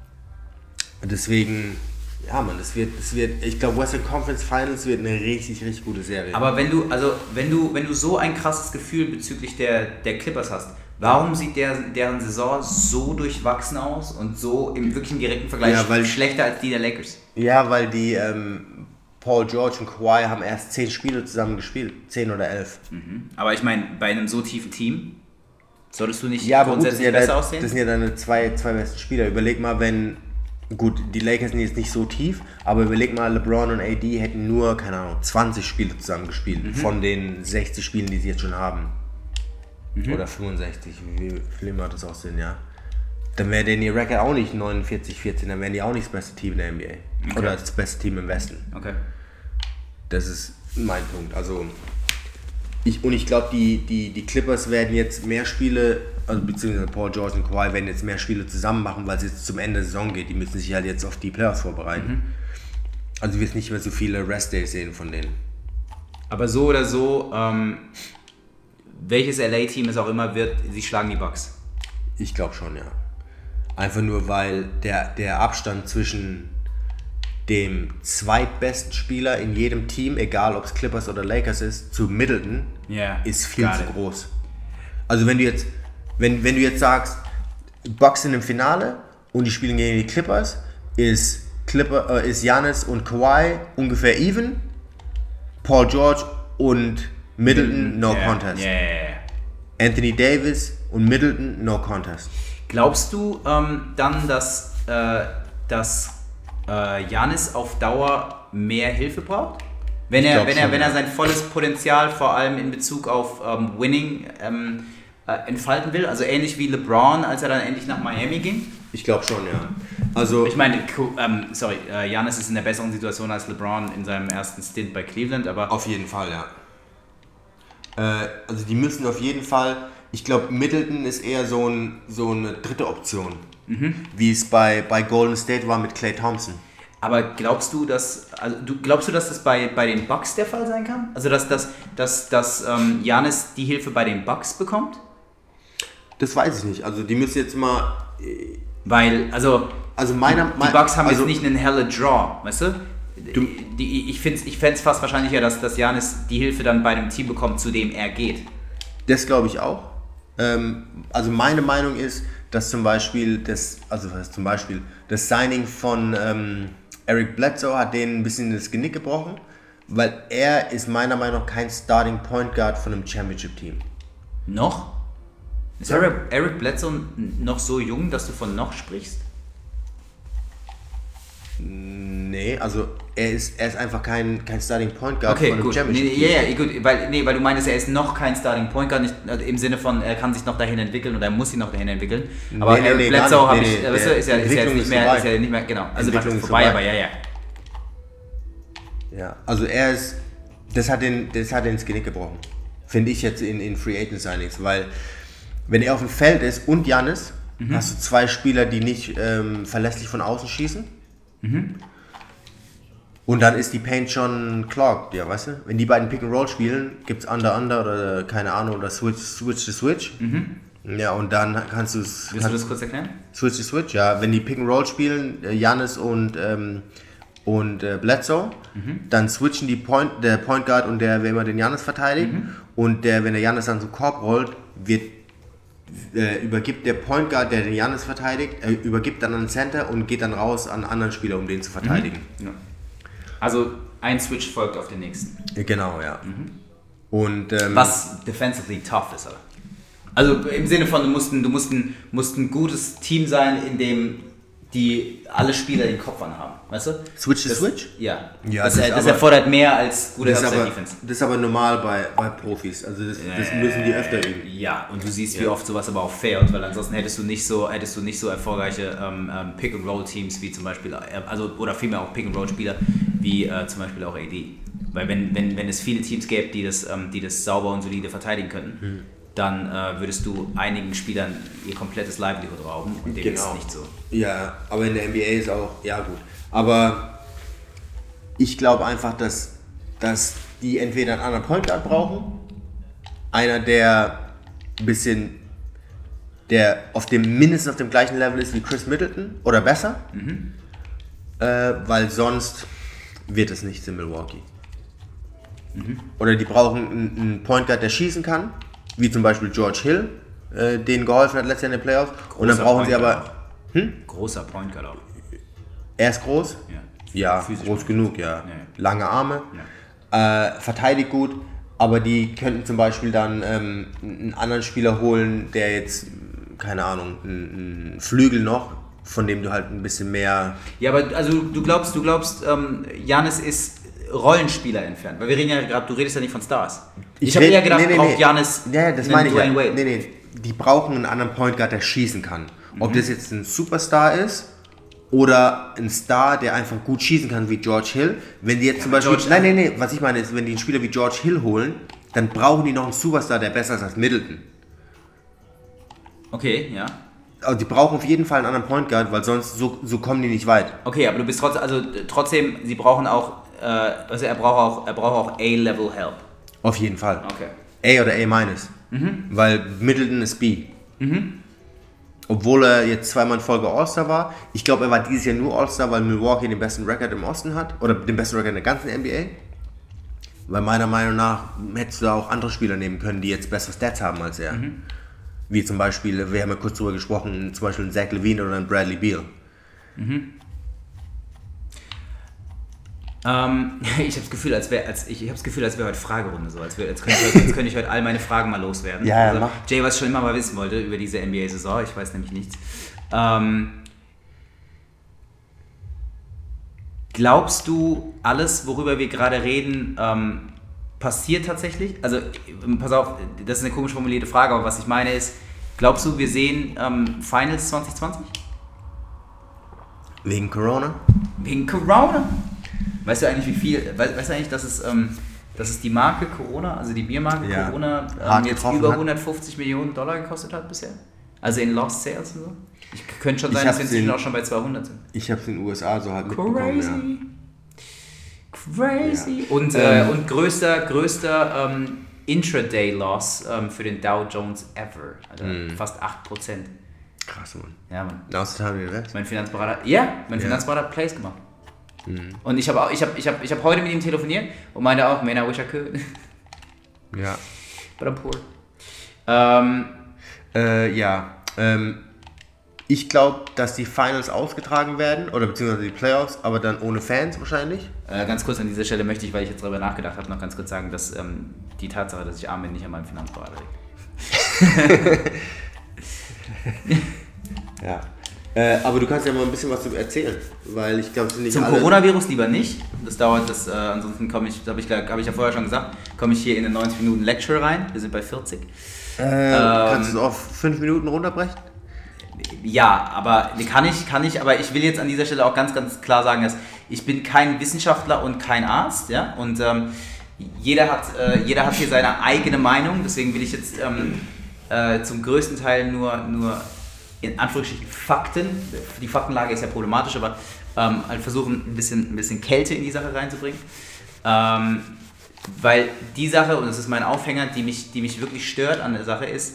Deswegen, ja man, ich glaube, Western Conference Finals wird eine richtig, richtig gute Serie. Aber wenn du so ein krasses Gefühl bezüglich der Clippers hast, warum sieht deren Saison so durchwachsen aus und so im wirklichen direkten Vergleich schlechter als die der Lakers? Ja, weil die Paul George und Kawhi haben erst 10 Spiele zusammen gespielt, 10 oder 11. Aber ich meine, bei einem so tiefen Team solltest du nicht grundsätzlich besser aussehen? Das sind ja deine zwei besten Spieler. Überleg mal, gut, die Lakers sind jetzt nicht so tief, aber überleg mal, LeBron und AD hätten nur, keine Ahnung, 20 Spiele zusammen gespielt, von den 60 Spielen, die sie jetzt schon haben. Oder 65, wie viel immer das aussehen, ja. Dann wäre denen ihr Record auch nicht 49-14, dann wären die auch nicht das beste Team in der NBA. Okay. Oder das beste Team im Westen. Okay. Das ist mein Punkt. Also, ich glaube, die Clippers werden jetzt mehr Spiele, also beziehungsweise Paul George und Kawhi werden jetzt mehr Spiele zusammen machen, weil es jetzt zum Ende der Saison geht. Die müssen sich halt jetzt auf die Playoffs vorbereiten. Also du wirst nicht mehr so viele Rest-Days sehen von denen. Aber so oder so, welches LA-Team es auch immer wird, sie schlagen die Bucks. Ich glaube schon, ja. Einfach nur, weil der Abstand zwischen dem zweitbesten Spieler in jedem Team, egal ob es Clippers oder Lakers ist, zu Middleton, ist viel zu groß. Also wenn du jetzt sagst, Bucks sind im Finale und die spielen gegen die Clippers, ist Giannis und Kawhi ungefähr even, Paul George und Middleton no contest. Anthony Davis und Middleton no contest. Glaubst du dann, dass Giannis auf Dauer mehr Hilfe braucht? Wenn er sein volles Potenzial, vor allem in Bezug auf Winning, entfalten will, also ähnlich wie LeBron, als er dann endlich nach Miami ging? Ich glaube schon, ja. Also ich meine, Giannis ist in der besseren Situation als LeBron in seinem ersten Stint bei Cleveland, aber... Auf jeden Fall, ja. Also die müssen auf jeden Fall, ich glaube Middleton ist eher so eine dritte Option, wie es bei Golden State war mit Klay Thompson. Aber glaubst du, dass das bei den Bucks der Fall sein kann? Also dass Giannis die Hilfe bei den Bucks bekommt? Das weiß ich nicht. Also die müssen jetzt mal... Weil, die Bucks haben jetzt nicht einen helle Draw, weißt du? Ich fände es fast wahrscheinlicher, dass Giannis die Hilfe dann bei dem Team bekommt, zu dem er geht. Das glaube ich auch. Also meine Meinung ist, dass zum Beispiel das Signing von Eric Bledsoe hat denen ein bisschen das Genick gebrochen, weil er ist meiner Meinung nach kein Starting Point Guard von einem Championship-Team. Noch? Ist Eric Bledsoe noch so jung, dass du von noch sprichst? Nee, also er ist einfach kein Starting Point Guard von einem Championship-Team. Gut, weil du meinst, er ist noch kein Starting Point Guard, nicht, im Sinne von, er kann sich noch dahin entwickeln oder er muss sich noch dahin entwickeln. Aber Eric Bledsoe ist ja nicht mehr, genau, also das ist vorbei, aber ja. Ja, also das hat den ins Genick gebrochen, finde ich jetzt in Free Agent Signings, weil wenn er auf dem Feld ist und Giannis, hast du zwei Spieler, die nicht verlässlich von außen schießen. Und dann ist die Paint schon clogged, ja, weißt du? Wenn die beiden Pick and Roll spielen, gibt's Under oder keine Ahnung, oder Switch to Switch. Ja, und dann kannst du es... Willst du das kurz erklären? Switch to Switch, ja. Wenn die Pick and Roll spielen, Giannis und Bledsoe, dann switchen der Point Guard und wer immer den Giannis verteidigt. Und wenn der Giannis dann zum Korb rollt, übergibt der Point Guard, der den Giannis verteidigt, übergibt dann an den Center und geht dann raus an einen anderen Spieler, um den zu verteidigen. Ja. Also ein Switch folgt auf den nächsten. Genau, ja. Und, was defensively tough ist, oder? Also im Sinne von, du musst ein gutes Team sein, in dem die alle Spieler den Kopf anhaben, weißt du? Switch to Switch? Ja. Das erfordert mehr als gute Outside-Defense. Das ist aber normal bei Profis, also das müssen die öfter üben. Ja, und du siehst, wie oft sowas aber auch fehlt, weil ansonsten hättest du nicht so erfolgreiche Pick-and-Roll-Teams wie zum Beispiel, oder vielmehr auch Pick-and-Roll-Spieler wie zum Beispiel auch AD. Weil wenn es viele Teams gäbe, die das sauber und solide verteidigen könnten, dann würdest du einigen Spielern ihr komplettes Livelihood rauben und dem ist nicht so. Ja, aber in der NBA ist auch, ja gut. Aber ich glaube einfach, dass die entweder einen anderen Point Guard brauchen, einer, der mindestens auf dem gleichen Level ist wie Chris Middleton oder besser, weil sonst wird es nichts in Milwaukee. Oder die brauchen einen Point Guard, der schießen kann, wie zum Beispiel George Hill, denen geholfen hat letztes Jahr in den Playoffs. Und dann brauchen sie aber... Großer Point Guard auch. Er ist groß? Ja, groß genug, ja. Lange Arme, verteidigt gut, aber die könnten zum Beispiel dann einen anderen Spieler holen, der jetzt, keine Ahnung, einen Flügel noch, von dem du halt ein bisschen mehr... Ja, aber also du glaubst, Giannis ist Rollenspieler entfernt, weil wir reden ja gerade, du redest ja nicht von Stars. Ich habe eher gedacht, braucht Giannis das meine ich ja. Nee, die brauchen einen anderen Point Guard, der schießen kann. Ob das jetzt ein Superstar ist oder ein Star, der einfach gut schießen kann wie George Hill. Wenn die jetzt zum Beispiel... was ich meine ist, wenn die einen Spieler wie George Hill holen, dann brauchen die noch einen Superstar, der besser ist als Middleton. Okay, ja. Also die brauchen auf jeden Fall einen anderen Point Guard, weil sonst so kommen die nicht weit. Okay, aber du bist trotzdem, sie brauchen auch, er braucht auch A-Level Help. Auf jeden Fall. Okay. A oder A-, weil Middleton ist B. Obwohl er jetzt zweimal in Folge All-Star war. Ich glaube, er war dieses Jahr nur All-Star, weil Milwaukee den besten Rekord im Osten hat. Oder den besten Rekord in der ganzen NBA. Weil meiner Meinung nach hättest du auch andere Spieler nehmen können, die jetzt bessere Stats haben als er. Wie zum Beispiel, wir haben ja kurz darüber gesprochen, zum Beispiel ein Zach LaVine oder ein Bradley Beal. Ich habe das Gefühl, als wäre heute Fragerunde so, als könnte ich heute all meine Fragen mal loswerden. Ja, also, Jay, was ich schon immer mal wissen wollte über diese NBA-Saison, ich weiß nämlich nichts. Glaubst du, alles, worüber wir gerade reden, passiert tatsächlich? Also, pass auf, das ist eine komisch formulierte Frage, aber was ich meine ist, glaubst du, wir sehen Finals 2020? Wegen Corona? Wegen Corona? Weißt du eigentlich, wie viel, weißt du eigentlich, dass es die Marke Corona, also die Biermarke Corona, jetzt über 150 Millionen Dollar gekostet hat bisher? Also in Lost Sales und so? Ich könnte schon sein, dass wir inzwischen auch schon bei 200 sind. Ich habe es in den USA so halt mitbekommen, Crazy. Ja. Und größter Intraday-Loss für den Dow Jones ever. Also fast 8%. Krass, Mann. Ja, Mann. Außerdem Invest. Mein Finanzberater hat Plays gemacht. Und ich habe heute mit ihm telefoniert und meinte auch, man, I wish I could. Ja. But I'm poor. Ich glaube, dass die Finals ausgetragen werden, oder beziehungsweise die Playoffs, aber dann ohne Fans wahrscheinlich. Ganz kurz an dieser Stelle möchte ich, weil ich jetzt darüber nachgedacht habe, noch ganz kurz sagen, dass die Tatsache, dass ich arm bin, nicht an meinem Finanzberater liegt. Ja. Aber du kannst ja mal ein bisschen was erzählen, weil ich glaube, es sind nicht zum alle... Coronavirus lieber nicht. Das dauert, ansonsten habe ich ja vorher schon gesagt, komme ich hier in eine 90 Minuten Lecture rein. Wir sind bei 40. Kannst du es auf 5 Minuten runterbrechen? Ja, aber kann ich, aber ich will jetzt an dieser Stelle auch ganz, ganz klar sagen, dass ich bin kein Wissenschaftler und kein Arzt, ja, und jeder hat hier seine eigene Meinung, deswegen will ich jetzt zum größten Teil nur in Anführungsstrichen Fakten, die Faktenlage ist ja problematisch, aber halt versuchen ein bisschen Kälte in die Sache reinzubringen, weil die Sache, und das ist mein Aufhänger, die mich wirklich stört an der Sache ist,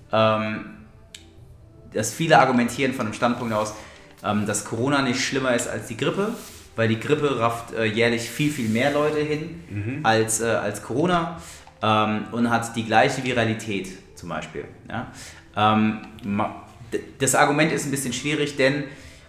dass viele argumentieren von dem Standpunkt aus, dass Corona nicht schlimmer ist als die Grippe, weil die Grippe rafft jährlich viel, viel mehr Leute hin als Corona und hat die gleiche Viralität zum Beispiel. Ja? Das Argument ist ein bisschen schwierig, denn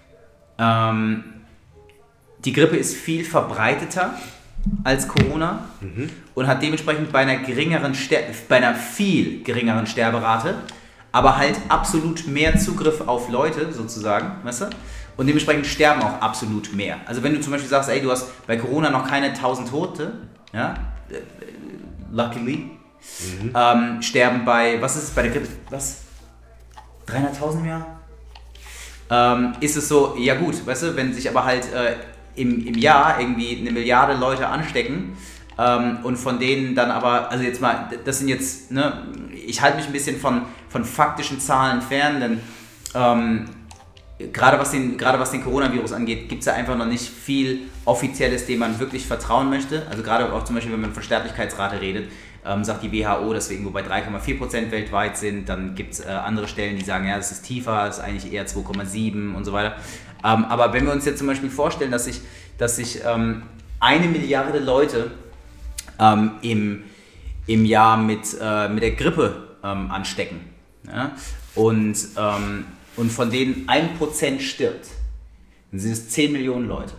die Grippe ist viel verbreiteter als Corona und hat dementsprechend bei einer viel geringeren Sterberate, aber halt absolut mehr Zugriff auf Leute sozusagen, weißt du? Und dementsprechend sterben auch absolut mehr. Also wenn du zum Beispiel sagst, ey, du hast bei Corona noch keine 1000 Tote, ja, luckily, sterben bei, was ist es bei der Grippe, was? 300.000 im Jahr? Ist es so, ja gut, weißt du, wenn sich aber halt im Jahr irgendwie 1 Milliarde Leute anstecken und von denen dann aber, also jetzt mal, das sind jetzt, ne, ich halte mich ein bisschen von faktischen Zahlen fern, denn gerade was den Coronavirus angeht, gibt es ja einfach noch nicht viel Offizielles, dem man wirklich vertrauen möchte. Also gerade auch zum Beispiel, wenn man von Sterblichkeitsrate redet, sagt die WHO, dass wir irgendwo bei 3,4% weltweit sind. Dann gibt es andere Stellen, die sagen, ja, das ist tiefer, das ist eigentlich eher 2,7 und so weiter. Aber wenn wir uns jetzt zum Beispiel vorstellen, dass sich 1 Milliarde Leute im Jahr mit der Grippe anstecken, ja? Und von denen 1% stirbt, dann sind es 10 Millionen Leute.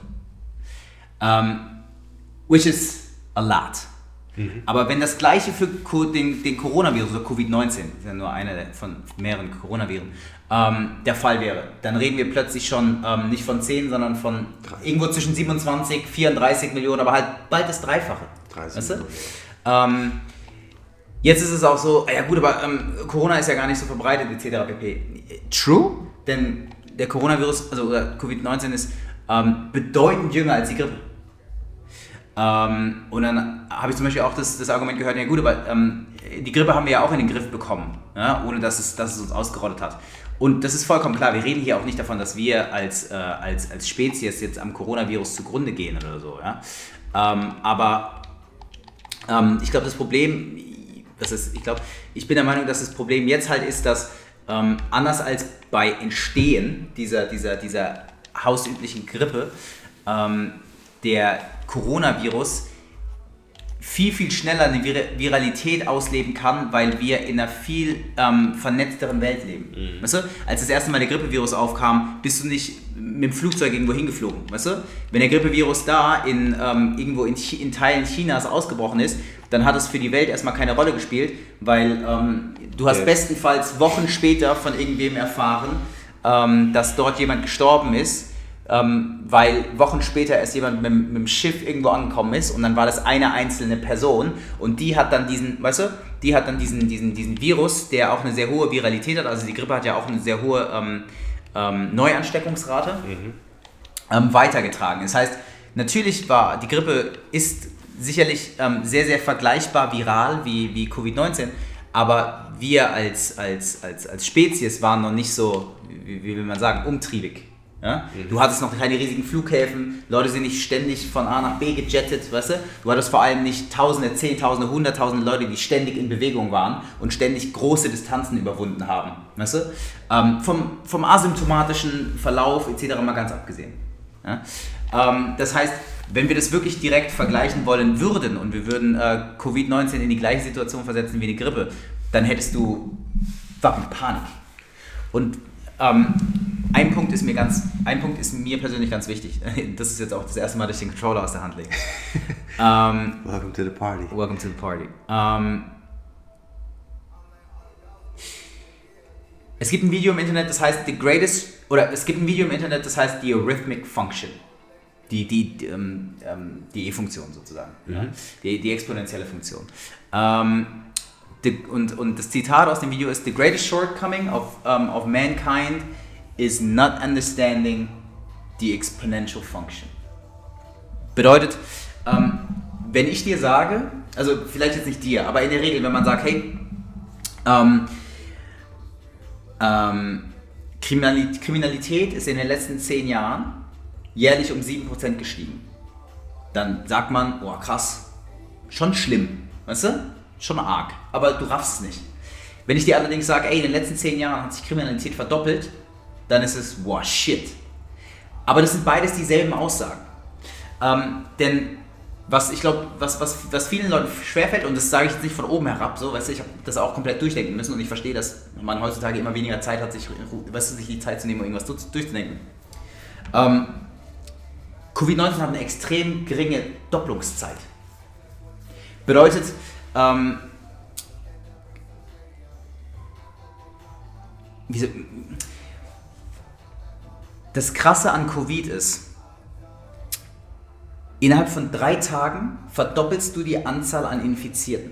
Which is a lot. Aber wenn das gleiche für den Coronavirus oder Covid-19, ist ja nur einer von mehreren Coronaviren, der Fall wäre, dann reden wir plötzlich schon nicht von 10, sondern von irgendwo zwischen 27, 34 Millionen, aber halt bald das Dreifache. 30 weißt du? Jetzt ist es auch so, ja gut, aber Corona ist ja gar nicht so verbreitet etc. pp. True, denn der Coronavirus, also oder Covid-19 ist bedeutend jünger als die Grippe. Und dann habe ich zum Beispiel auch das Argument gehört, ja gut, aber die Grippe haben wir ja auch in den Griff bekommen, ja, ohne dass es uns ausgerottet hat. Und das ist vollkommen klar, wir reden hier auch nicht davon, dass wir als Spezies jetzt am Coronavirus zugrunde gehen oder so. Ja? Aber ich glaube, das Problem, ich bin der Meinung, dass das Problem jetzt halt ist, dass anders als bei Entstehen dieser hausüblichen Grippe, der Coronavirus viel, viel schneller eine Viralität ausleben kann, weil wir in einer viel vernetzteren Welt leben. Weißt du? Als das erste Mal der Grippevirus aufkam, bist du nicht mit dem Flugzeug irgendwo hingeflogen. Weißt du? Wenn der Grippevirus da irgendwo in Teilen Chinas ausgebrochen ist, dann hat es für die Welt erstmal keine Rolle gespielt, weil du hast bestenfalls Wochen später von irgendwem erfahren, dass dort jemand gestorben ist, weil Wochen später erst jemand mit dem Schiff irgendwo angekommen ist und dann war das eine einzelne Person und die hat dann diesen Virus, der auch eine sehr hohe Viralität hat, also die Grippe hat ja auch eine sehr hohe Neuansteckungsrate, weitergetragen. Das heißt, natürlich die Grippe ist sicherlich sehr, sehr vergleichbar viral wie Covid-19, aber wir als Spezies waren noch nicht so, wie will man sagen, umtriebig. Ja? Du hattest noch keine riesigen Flughäfen, Leute sind nicht ständig von A nach B gejettet, weißt du? Du hattest vor allem nicht Tausende, Zehntausende, Hunderttausende Leute, die ständig in Bewegung waren und ständig große Distanzen überwunden haben, weißt du? Vom asymptomatischen Verlauf etc. mal ganz abgesehen. Ja? Das heißt, wenn wir das wirklich direkt vergleichen wollen würden und wir würden Covid-19 in die gleiche Situation versetzen wie eine Grippe, dann hättest du Panik. Und ein Punkt ist mir persönlich ganz wichtig. Das ist jetzt auch das erste Mal, dass ich den Controller aus der Hand lege. Welcome to the party. Welcome to the party. Es gibt ein Video im Internet, das heißt The Arrhythmic Function. Die E-Funktion sozusagen. Ja? Die exponentielle Funktion. Und das Zitat aus dem Video ist: The greatest shortcoming of mankind is not understanding the exponential function. Bedeutet, wenn ich dir sage, also vielleicht jetzt nicht dir, aber in der Regel, wenn man sagt, hey, Kriminalität ist in den letzten 10 Jahren jährlich um 7% gestiegen, dann sagt man, oh krass, schon schlimm, weißt du? Schon arg, aber du raffst es nicht. Wenn ich dir allerdings sage, ey, in den letzten 10 Jahren hat sich Kriminalität verdoppelt, dann ist es, wow, shit. Aber das sind beides dieselben Aussagen. Denn was ich glaube, was vielen Leuten schwerfällt, und das sage ich jetzt nicht von oben herab, so, weißt du, ich habe das auch komplett durchdenken müssen und ich verstehe, dass man heutzutage immer weniger Zeit hat, sich die Zeit zu nehmen, um irgendwas durchzudenken. Covid-19 hat eine extrem geringe Doppelungszeit. Bedeutet, das Krasse an Covid ist, innerhalb von 3 Tagen verdoppelst du die Anzahl an Infizierten.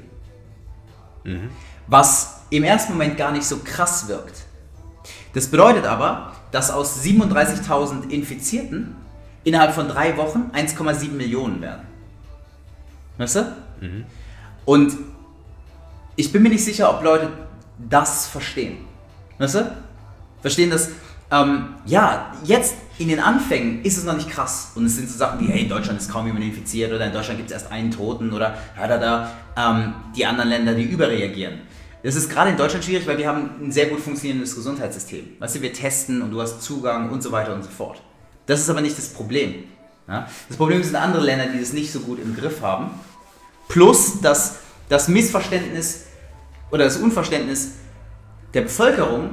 Was im ersten Moment gar nicht so krass wirkt. Das bedeutet aber, dass aus 37.000 Infizierten innerhalb von 3 Wochen 1,7 Millionen werden. Weißt du? Und ich bin mir nicht sicher, ob Leute das verstehen. Weißt du? Verstehen das? Jetzt in den Anfängen ist es noch nicht krass. Und es sind so Sachen wie, hey, in Deutschland ist kaum jemand infiziert oder in Deutschland gibt es erst einen Toten oder die anderen Länder, die überreagieren. Das ist gerade in Deutschland schwierig, weil wir haben ein sehr gut funktionierendes Gesundheitssystem. Weißt du, wir testen und du hast Zugang und so weiter und so fort. Das ist aber nicht das Problem. Ja? Das Problem sind andere Länder, die das nicht so gut im Griff haben. Plus das Missverständnis oder das Unverständnis der Bevölkerung,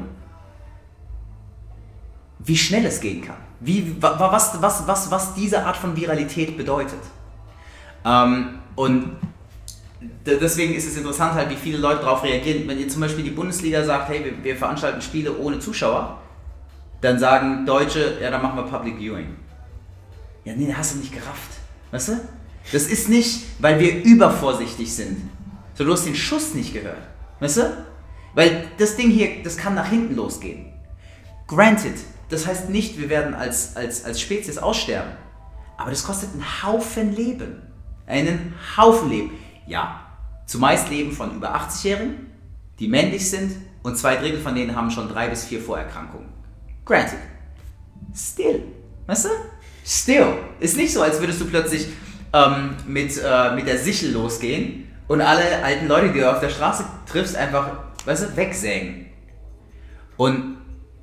wie schnell es gehen kann. Was diese Art von Viralität bedeutet. Und deswegen ist es interessant, halt, wie viele Leute darauf reagieren. Wenn ihr zum Beispiel die Bundesliga sagt, hey, wir veranstalten Spiele ohne Zuschauer, dann sagen Deutsche, ja, dann machen wir Public Viewing. Ja, nee, hast du nicht gerafft. Weißt du? Das ist nicht, weil wir übervorsichtig sind. So, du hast den Schuss nicht gehört. Weißt du? Weil das Ding hier, das kann nach hinten losgehen. Granted, das heißt nicht, wir werden als Spezies aussterben. Aber das kostet einen Haufen Leben. Einen Haufen Leben. Ja, zumeist Leben von über 80-Jährigen, die männlich sind und 2/3 von denen haben schon 3 bis 4 Vorerkrankungen. Granted. Still. Weißt du? Still. Ist nicht so, als würdest du plötzlich mit der Sichel losgehen und alle alten Leute, die du auf der Straße triffst, einfach, weißt du, wegsägen. Und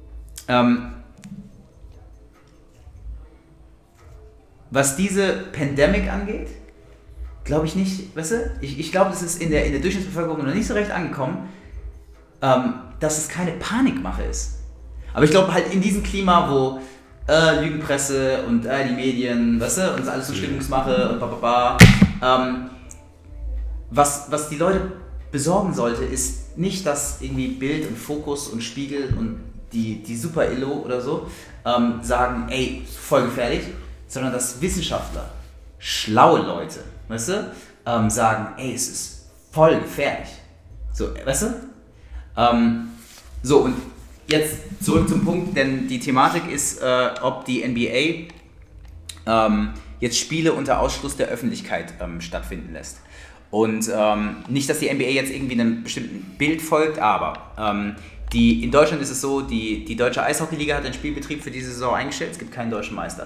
was diese Pandemic angeht, glaube ich nicht, weißt du, ich glaube, das ist in der Durchschnittsbevölkerung noch nicht so recht angekommen, dass es keine Panikmache ist. Aber ich glaube halt in diesem Klima, wo Lügenpresse und die Medien, weißt du, und alles so Stimmungsmache und was die Leute besorgen sollte, ist nicht, dass irgendwie Bild und Fokus und Spiegel und die Super-Illo oder so sagen, ey, voll gefährlich, sondern dass Wissenschaftler, schlaue Leute, weißt du, sagen, ey, es ist voll gefährlich. So, weißt du? So, und jetzt zurück zum Punkt, denn die Thematik ist, ob die NBA jetzt Spiele unter Ausschluss der Öffentlichkeit stattfinden lässt. Und nicht, dass die NBA jetzt irgendwie einem bestimmten Bild folgt, aber in Deutschland ist es so, die Deutsche Eishockeyliga hat den Spielbetrieb für diese Saison eingestellt, es gibt keinen deutschen Meister.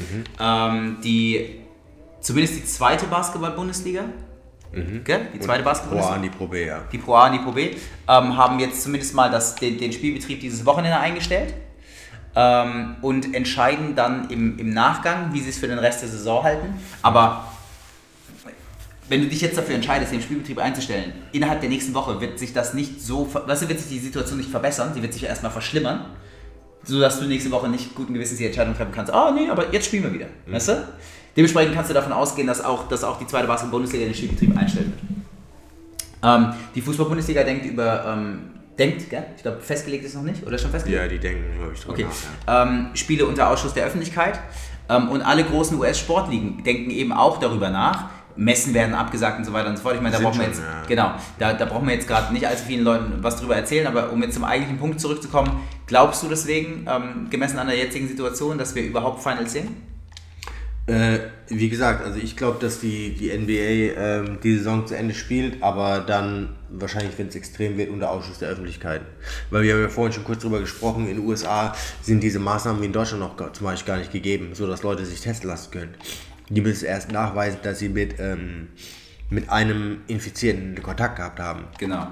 Zumindest die zweite Basketball-Bundesliga, die zweite Basketball-Bundesliga, die Pro B, ja. Die Pro A und die Pro B haben jetzt zumindest mal den Spielbetrieb dieses Wochenende eingestellt und entscheiden dann im Nachgang, wie sie es für den Rest der Saison halten. Aber wenn du dich jetzt dafür entscheidest, den Spielbetrieb einzustellen, innerhalb der nächsten Woche wird sich das nicht so, wird sich die Situation nicht verbessern, sie wird sich erstmal verschlimmern, sodass du nächste Woche nicht guten Gewissens die Entscheidung treffen kannst, nee, aber jetzt spielen wir wieder, weißt du? Dementsprechend kannst du davon ausgehen, dass auch die zweite Basketball-Bundesliga den Spielbetrieb einstellen wird. Die Fußball-Bundesliga denkt, gell? Ich glaube, festgelegt ist noch nicht, oder schon festgelegt? Ja, die denken, glaube ich, drüber okay. nach. Ja. Spiele unter Ausschluss der Öffentlichkeit und alle großen US-Sportligen denken eben auch darüber nach. Messen werden abgesagt und so weiter und so fort. Ich meine, da brauchen wir jetzt, da brauchen wir jetzt gerade nicht allzu vielen Leuten was drüber erzählen, aber um jetzt zum eigentlichen Punkt zurückzukommen, glaubst du deswegen, gemessen an der jetzigen Situation, dass wir überhaupt Finals sehen? Wie gesagt, also ich glaube, dass die NBA die Saison zu Ende spielt, aber dann wahrscheinlich, wenn es extrem wird, unter Ausschluss der Öffentlichkeit. Weil wir haben ja vorhin schon kurz drüber gesprochen, in den USA sind diese Maßnahmen wie in Deutschland noch zum Beispiel gar nicht gegeben, sodass Leute sich testen lassen können. Die müssen erst nachweisen, dass sie mit einem Infizierten Kontakt gehabt haben. Genau.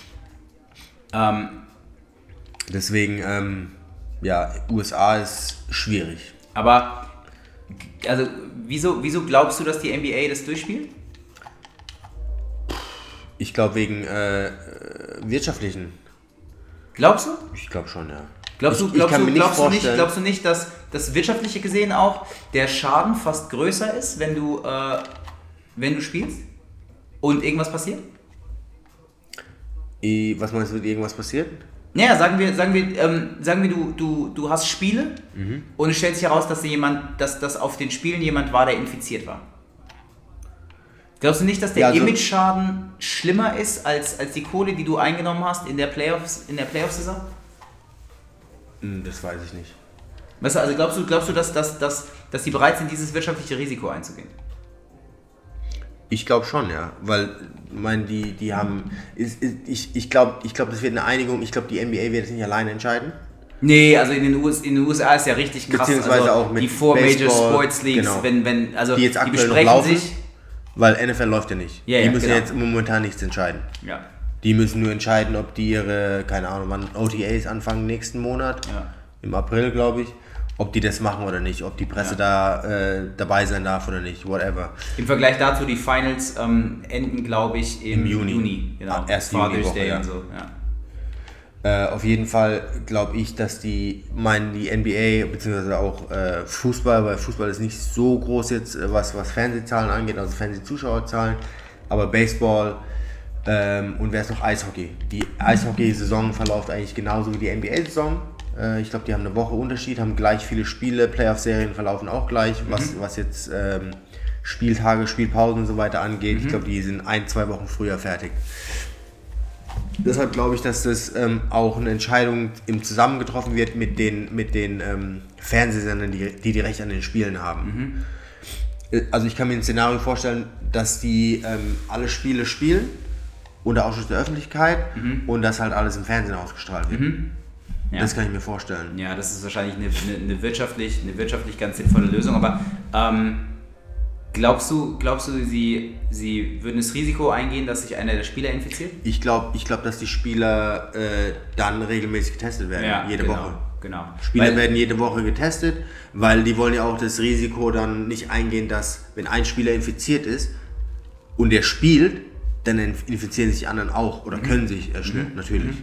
Deswegen, USA ist schwierig. Aber, also, wieso glaubst du, dass die NBA das durchspielt? Ich glaube wegen wirtschaftlichen. Glaubst du? Ich glaube schon, ja. Glaubst du nicht, dass das wirtschaftliche gesehen auch der Schaden fast größer ist, wenn du spielst und irgendwas passiert? Was meinst du, wenn irgendwas passiert? Naja, sagen wir du hast Spiele und es stellt sich heraus, dass auf den Spielen jemand war, der infiziert war. Glaubst du nicht, dass der Image-Schaden schlimmer ist als die Kohle, die du eingenommen hast in der Playoff-Saison? Das weiß ich nicht. Weißt du, also glaubst du, dass die bereit sind, dieses wirtschaftliche Risiko einzugehen? Ich glaube schon, ja, weil die haben, ich glaube, das wird eine Einigung. Ich glaube, die NBA wird es nicht alleine entscheiden. Nee, also in den USA ist ja richtig krass. Beziehungsweise also auch mit die Four Major Sports Leagues, genau. Die jetzt aktuell noch laufen, weil NFL läuft ja nicht. Die müssen jetzt momentan nichts entscheiden. Ja. Die müssen nur entscheiden, ob die ihre, keine Ahnung, wann OTAs anfangen nächsten Monat, im April, glaube ich, ob die das machen oder nicht, ob die Presse dabei sein darf oder nicht, whatever. Im Vergleich dazu, die Finals enden, glaube ich, im Juni. Genau, erst Father's Day und so. Ja. Auf jeden Fall glaube ich, dass die NBA, beziehungsweise auch Fußball, weil Fußball ist nicht so groß jetzt, was Fernsehzahlen angeht, also Fernsehzuschauerzahlen, aber Baseball, und wer ist noch? Eishockey. Die Eishockey-Saison verläuft eigentlich genauso wie die NBA-Saison. Ich glaube, die haben eine Woche Unterschied, haben gleich viele Spiele, Playoff-Serien verlaufen auch gleich, was jetzt Spieltage, Spielpausen und so weiter angeht. Ich glaube, die sind 1-2 Wochen früher fertig. Deshalb glaube ich, dass das auch eine Entscheidung zusammen getroffen wird mit den Fernsehsendern, die Rechte an den Spielen haben. Also ich kann mir ein Szenario vorstellen, dass die alle Spiele spielen unter Ausschluss der Öffentlichkeit und das halt alles im Fernsehen ausgestrahlt wird. Ja. Das kann ich mir vorstellen. Ja, das ist wahrscheinlich eine wirtschaftlich ganz sinnvolle Lösung, aber glaubst du, sie würden das Risiko eingehen, dass sich einer der Spieler infiziert? Ich glaube, dass die Spieler dann regelmäßig getestet werden, jede Woche. Genau. Spieler werden jede Woche getestet, weil die wollen ja auch das Risiko dann nicht eingehen, dass wenn ein Spieler infiziert ist und der spielt, dann infizieren sich die anderen auch oder können sich natürlich.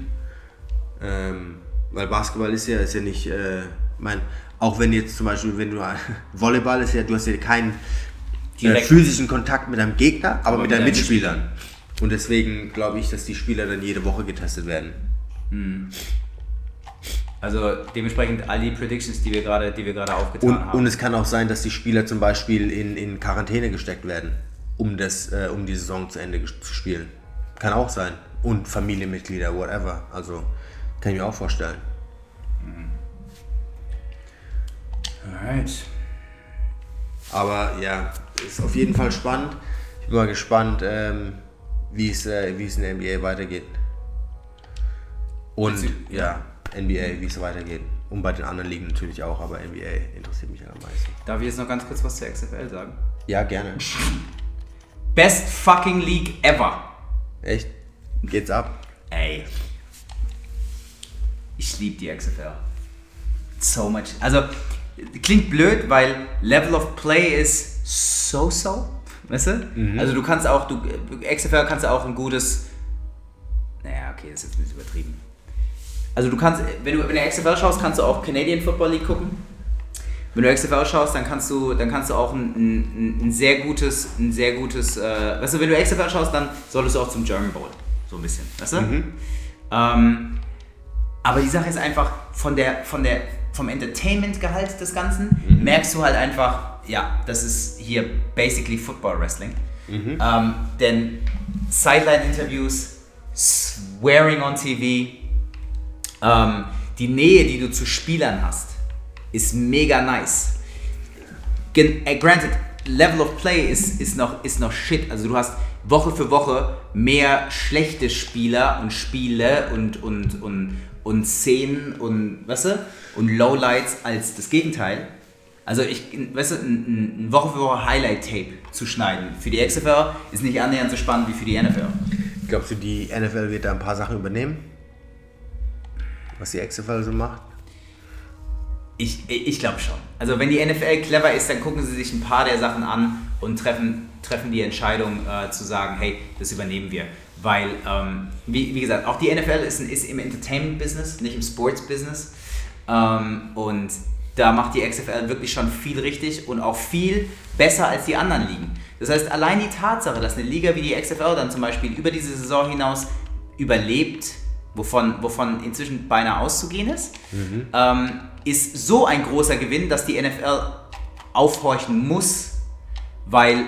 Weil Basketball ist ja nicht, auch wenn jetzt zum Beispiel, wenn du Volleyball ist ja, du hast ja keinen physischen Kontakt mit deinem Gegner, aber mit deinen Mitspielern. Und deswegen glaube ich, dass die Spieler dann jede Woche getestet werden. Also dementsprechend all die Predictions, die wir gerade aufgetan haben. Und es kann auch sein, dass die Spieler zum Beispiel in Quarantäne gesteckt werden, um die Saison zu Ende zu spielen. Kann auch sein. Und Familienmitglieder, whatever. Also kann ich mir auch vorstellen. Alright. Aber ja, ist auf jeden Fall spannend. Ich bin mal gespannt, wie es in der NBA weitergeht. Und ja, NBA, wie es weitergeht. Und bei den anderen Ligen natürlich auch, aber NBA interessiert mich am meisten. Darf ich jetzt noch ganz kurz was zur XFL sagen? Ja, gerne. Best fucking League ever. Echt? Geht's ab? Ey. Ich liebe die XFL. So much. Also, klingt blöd, weil Level of Play ist so. Weißt du? Also du kannst auch, XFL kannst du auch ein gutes, naja, okay, das ist jetzt ein bisschen übertrieben. Also du kannst, wenn du XFL schaust, kannst du auch Canadian Football League gucken. Wenn du XFL schaust, dann kannst du auch ein sehr gutes, weißt du, wenn du XFL schaust, dann solltest du auch zum German Bowl, so ein bisschen, weißt du? Aber die Sache ist einfach, vom Entertainment-Gehalt des Ganzen, merkst du halt einfach, ja, das ist hier basically Football Wrestling. Denn Sideline-Interviews, Swearing on TV, die Nähe, die du zu Spielern hast, ist mega nice. Granted, Level of Play ist noch shit. Also du hast Woche für Woche mehr schlechte Spieler und Spiele und Szenen und, weißt du, und Lowlights als das Gegenteil. Also weißt du, ein Woche für Woche Highlight-Tape zu schneiden für die XFL ist nicht annähernd so spannend wie für die NFL. Glaubst du, die NFL wird da ein paar Sachen übernehmen? Was die XFL so macht? Ich glaube schon. Also wenn die NFL clever ist, dann gucken sie sich ein paar der Sachen an und treffen die Entscheidung zu sagen, hey, das übernehmen wir. Weil, wie gesagt, auch die NFL ist im Entertainment-Business, nicht im Sports-Business. Und da macht die XFL wirklich schon viel richtig und auch viel besser als die anderen Ligen. Das heißt, allein die Tatsache, dass eine Liga wie die XFL dann zum Beispiel über diese Saison hinaus überlebt, wovon inzwischen beinahe auszugehen ist, ist so ein großer Gewinn, dass die NFL aufhorchen muss, weil,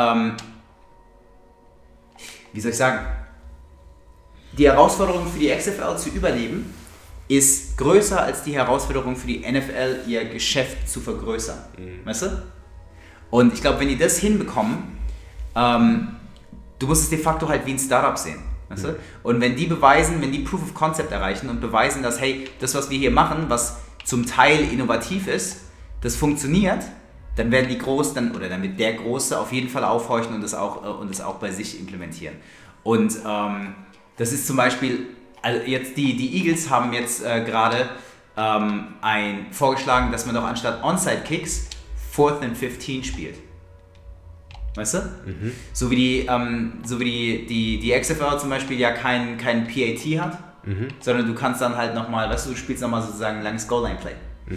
wie soll ich sagen, die Herausforderung für die XFL zu überleben ist größer als die Herausforderung für die NFL, ihr Geschäft zu vergrößern. Weißt du? Und ich glaube, wenn die das hinbekommen, du musst es de facto halt wie ein Startup sehen. Weißt du? Und wenn die Proof of Concept erreichen und beweisen, dass, hey, das, was wir hier machen, was zum Teil innovativ ist, das funktioniert, dann werden die Großen, dann wird der Große auf jeden Fall aufhorchen und das auch bei sich implementieren. Und das ist zum Beispiel, also jetzt die Eagles haben jetzt gerade vorgeschlagen, dass man doch anstatt Onside-Kicks 4th and 15 spielt. Weißt du? So wie die XFL zum Beispiel ja kein PAT hat, sondern du kannst dann halt nochmal, weißt du spielst nochmal sozusagen ein langes Goal-Line-Play.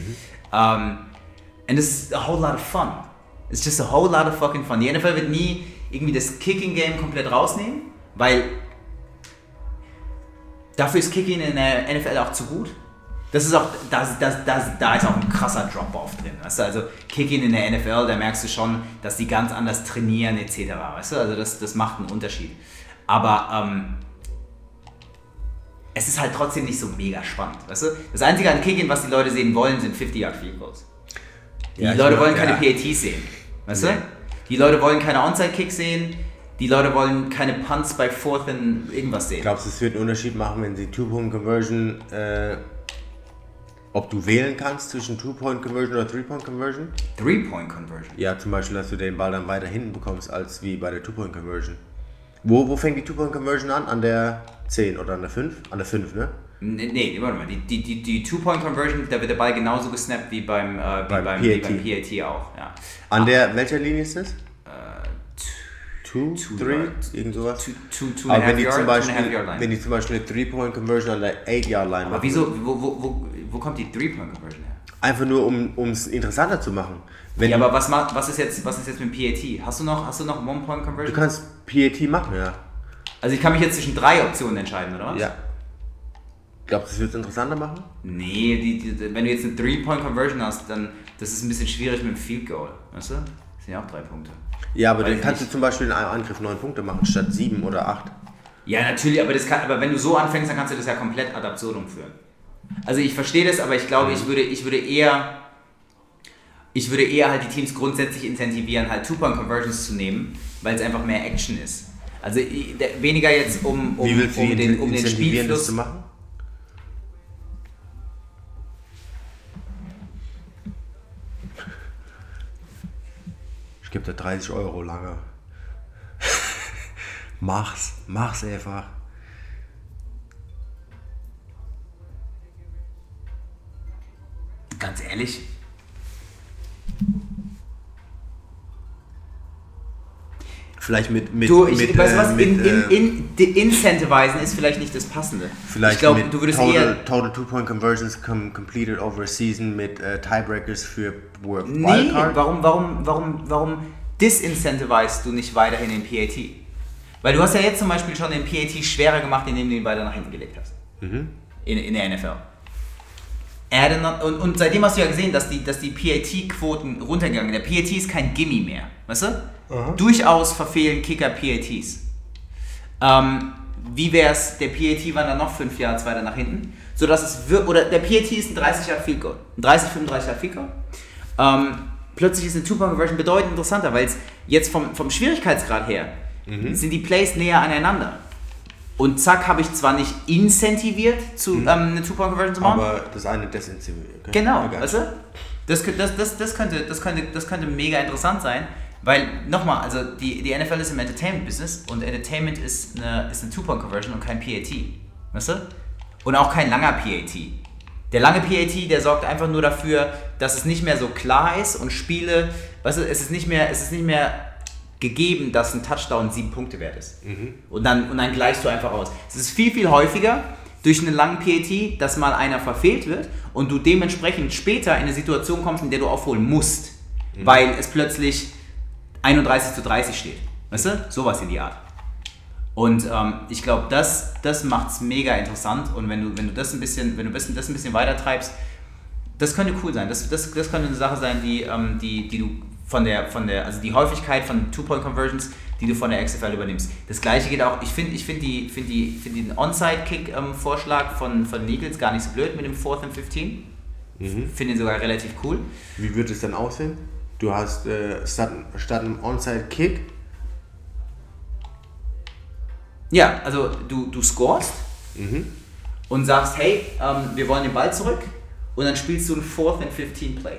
And it's a whole lot of fun. It's just a whole lot of fucking fun. Die NFL wird nie irgendwie das Kicking-Game komplett rausnehmen, weil dafür ist Kicking in der NFL auch zu gut. Das ist auch, da ist auch ein krasser Drop-Off drin. Weißt du? Also Kicking in der NFL, da merkst du schon, dass die ganz anders trainieren etc. Weißt du? Also das macht einen Unterschied. Aber es ist halt trotzdem nicht so mega spannend. Weißt du? Das Einzige an Kicking, was die Leute sehen wollen, sind 50-Yard Field Goals. Die Leute wollen keine PATs sehen. Weißt du? Die Leute wollen keine Onside-Kicks sehen. Die Leute wollen keine Punts bei 4th and irgendwas sehen. Glaubst du, es wird einen Unterschied machen, wenn sie Two-Point-Conversion, ob du wählen kannst zwischen Two-Point-Conversion oder Three-Point-Conversion? Three-Point-Conversion? Ja, zum Beispiel, dass du den Ball dann weiter hinten bekommst, als wie bei der Two-Point-Conversion. Wo fängt die Two-Point-Conversion an? An der 10 oder an der 5? An der 5, ne? Nee, warte mal. Die Two-Point-Conversion, da wird der Ball genauso gesnappt wie beim PAT auch. Ja. An der, welcher Linie ist das? 2, 3, irgend sowas. Aber wenn die zum Beispiel eine 3-Point-Conversion an der 8-Yard-Line machen. Aber wieso, wo kommt die 3-Point-Conversion her? Einfach nur, um es interessanter zu machen. Aber was ist jetzt mit PAT? Hast du noch One-Point-Conversion? Du kannst PAT machen, ja. Also ich kann mich jetzt zwischen 3 Optionen entscheiden, oder was? Ja. Glaubst du, das wird es interessanter machen? Nee, wenn du jetzt eine 3-Point-Conversion hast, dann das ist ein bisschen schwierig mit dem Field Goal. Weißt du? Das sind ja auch 3 Punkte. Ja, aber dann kannst du zum Beispiel in einem Angriff 9 Punkte machen, statt 7 oder 8. Ja, natürlich, aber wenn du so anfängst, dann kannst du das ja komplett ad absurdum führen. Also ich verstehe das, aber ich glaube, ich würde eher halt die Teams grundsätzlich incentivieren, halt 2-Point-Conversions zu nehmen, weil es einfach mehr Action ist. Also weniger jetzt um den Spielfluss zu machen? Ich gebe dir 30 € lange. Mach's einfach. Ganz ehrlich. Vielleicht incentivizen ist vielleicht nicht das Passende. Vielleicht ich glaube, du würdest Total 2-Point-Conversions completed over a season mit Tiebreakers für Wildcard. Warum disincentivizest du nicht weiterhin den PAT? Weil du hast ja jetzt zum Beispiel schon den PAT schwerer gemacht, indem du ihn weiter nach hinten gelegt hast. In der NFL. Und seitdem hast du ja gesehen, dass die PAT-Quoten runtergegangen sind. Der PAT ist kein Gimme mehr. Weißt du? Aha. Durchaus verfehlen Kicker PATs. Wie wäre es, der PAT war dann noch 5 Yards weiter nach hinten, sodass es oder der PAT ist ein 30-Yard Field Goal. Ein 35-Yard Field Goal. Plötzlich ist eine 2-Point-Conversion bedeutend interessanter, weil es jetzt vom Schwierigkeitsgrad her sind die Plays näher aneinander. Und zack, habe ich zwar nicht incentiviert, eine 2-Point-Conversion zu machen. Aber das eine desincentiviert. Okay. Genau, weißt du? Das könnte mega interessant sein, weil, nochmal, also die NFL ist im Entertainment-Business und Entertainment ist eine 2-Point-Conversion und kein PAT. Weißt du? Und auch kein langer PAT. Der lange PAT, der sorgt einfach nur dafür, dass es nicht mehr so klar ist und Spiele, weißt du, es ist nicht mehr gegeben, dass ein Touchdown 7 Punkte wert ist. Und dann gleichst du einfach aus. Es ist viel, viel häufiger durch einen langen PAT, dass mal einer verfehlt wird und du dementsprechend später in eine Situation kommst, in der du aufholen musst, weil es plötzlich 31-30 steht. Weißt du? Sowas in die Art. Und ich glaube, das macht es mega interessant und wenn du das ein bisschen weiter treibst, das könnte cool sein. Das könnte eine Sache sein, die du also die Häufigkeit von 2-Point-Conversions, die du von der XFL übernimmst. Das gleiche geht auch, ich finde den Onside-Kick-Vorschlag von den Eagles gar nicht so blöd mit dem 4th and 15. Finde ihn sogar relativ cool. Wie wird es dann aussehen? Du hast statt einem Onside-Kick. Ja, also du scorest und sagst, hey, wir wollen den Ball zurück und dann spielst du ein 4th and 15 Play.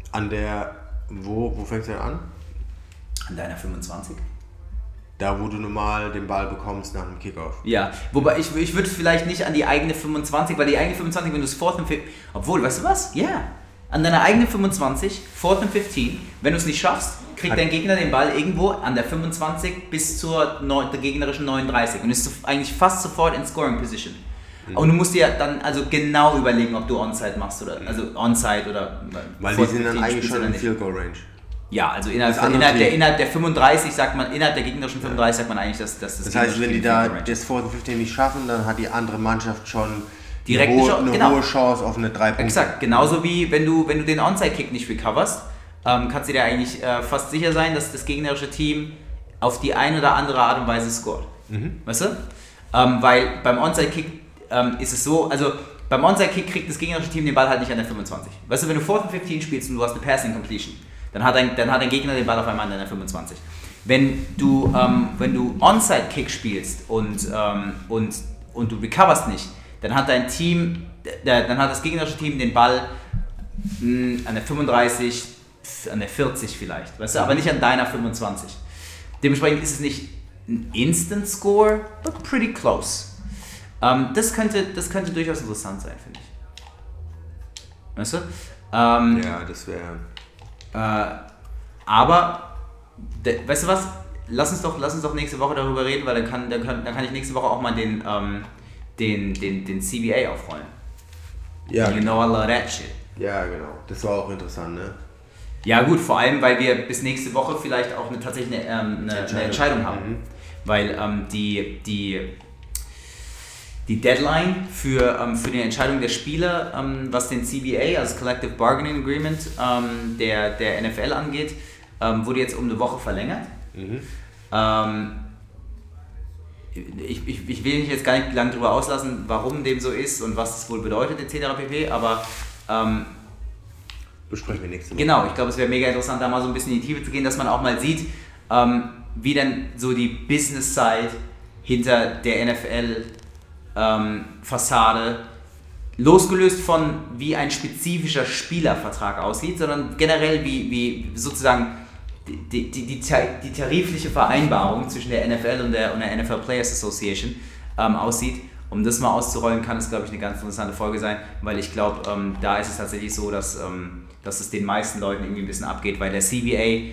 Wo fängst du denn an? An deiner 25. Da, wo du normal den Ball bekommst nach einem Kickoff. Ja, wobei ich würde vielleicht nicht an die eigene 25, weil die eigene 25, wenn du es 4th and 15... Obwohl, weißt du was? Ja. An deiner eigenen 25, 4th and 15, wenn du es nicht schaffst, kriegt dein Gegner den Ball irgendwo an der 25 bis zur der gegnerischen 39 und ist eigentlich fast sofort in Scoring Position. Und du musst dir dann also genau überlegen, ob du Onside machst oder also Onside oder weil die sind dann eigentlich schon in Field Goal Range. Ja, also innerhalb der 35 sagt man, innerhalb der gegnerischen 35 sagt man eigentlich, dass das heißt, wenn die da das 4th and 15 nicht schaffen, dann hat die andere Mannschaft schon direkt eine hohe Chance auf eine 3 Punkte. Exakt, genauso wie wenn du den Onside-Kick nicht recoverst, kannst du dir eigentlich fast sicher sein, dass das gegnerische Team auf die eine oder andere Art und Weise scoret. Weißt du? Weil beim Onside-Kick ist es so, also beim Onside-Kick kriegt das gegnerische Team den Ball halt nicht an der 25. Weißt du, wenn du 4th and 15 spielst und du hast eine Passing Completion, dann hat dein Gegner den Ball auf einmal an der 25. Wenn du Onside-Kick spielst und du recoverst nicht, dann hat das gegnerische Team den Ball an der 35, an der 40 vielleicht, weißt du, aber nicht an deiner 25. Dementsprechend ist es nicht ein Instant Score, but pretty close. Das könnte durchaus interessant sein, finde ich. Weißt du? Ja, das wäre... aber, weißt du was? Lass uns doch nächste Woche darüber reden, weil dann kann ich nächste Woche auch mal den CBA aufrollen. Ja. You know I love that shit. Ja, genau. Das war auch interessant, ne? Ja gut, vor allem, weil wir bis nächste Woche vielleicht auch tatsächlich eine Entscheidung haben. Weil die Deadline für die Entscheidung der Spieler, was den CBA, also Collective Bargaining Agreement, der NFL angeht, wurde jetzt um eine Woche verlängert. Ich will mich jetzt gar nicht lange darüber auslassen, warum dem so ist und was es wohl bedeutet, etc. pp. Aber besprechen wir nächste Woche. Genau, ich glaube, es wäre mega interessant, da mal so ein bisschen in die Tiefe zu gehen, dass man auch mal sieht, wie denn so die Business-Side hinter der NFL-Fassade, losgelöst von wie ein spezifischer Spielervertrag aussieht, sondern generell wie sozusagen die tarifliche Vereinbarung zwischen der NFL und der NFL Players Association aussieht. Um das mal auszurollen, kann es, glaube ich, eine ganz interessante Folge sein, weil ich glaube, da ist es tatsächlich so, dass es den meisten Leuten irgendwie ein bisschen abgeht, weil der CBA,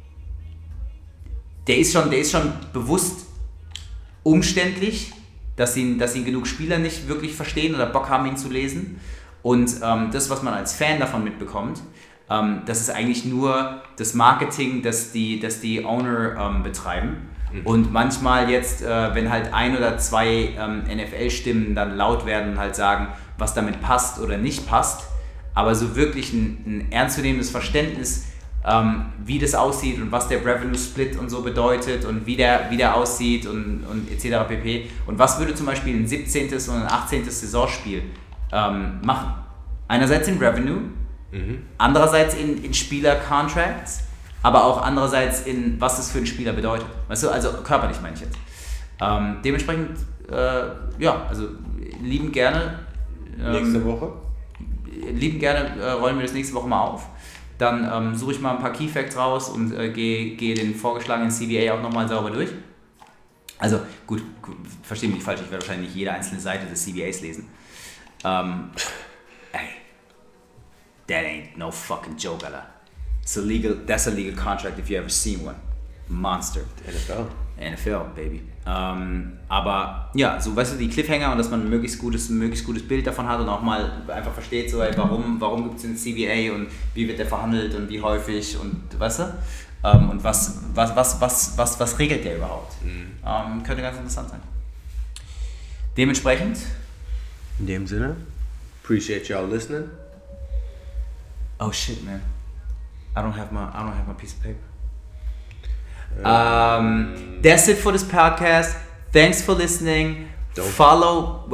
der ist schon bewusst umständlich, dass ihn genug Spieler nicht wirklich verstehen oder Bock haben, ihn zu lesen. Und das, was man als Fan davon mitbekommt, das ist eigentlich nur das Marketing, das die Owner betreiben. Und manchmal jetzt, wenn halt 1 oder 2 NFL-Stimmen dann laut werden und halt sagen, was damit passt oder nicht passt, aber so wirklich ein ernstzunehmendes Verständnis, wie das aussieht und was der Revenue Split und so bedeutet und wie der aussieht und etc. pp. Und was würde zum Beispiel ein 17. und ein 18. Saisonspiel machen? Einerseits in Revenue, andererseits in Spieler-Contracts, aber auch andererseits in, was das für einen Spieler bedeutet. Weißt du, also körperlich meine ich jetzt. Dementsprechend, also liebend gerne. Nächste Woche? Liebend gerne rollen wir das nächste Woche mal auf. Dann suche ich mal ein paar Key Facts raus und gehe den vorgeschlagenen CBA auch nochmal sauber durch. Also gut, verstehe mich nicht falsch, ich werde wahrscheinlich nicht jede einzelne Seite des CBAs lesen. Ey, that ain't no fucking joke, Alter. That's a legal contract if you ever seen one. Monster. NFL, baby. Aber ja, so weißt du, die Cliffhanger und dass man ein möglichst gutes Bild davon hat und auch mal einfach versteht, so, ey, warum gibt es den CBA und wie wird der verhandelt und wie häufig und weißt du? Und was regelt der überhaupt? Könnte ganz interessant sein. Dementsprechend. In dem Sinne, appreciate y'all listening. Oh shit, man. I don't have my piece of paper. That's it for this podcast. Thanks for listening. Follow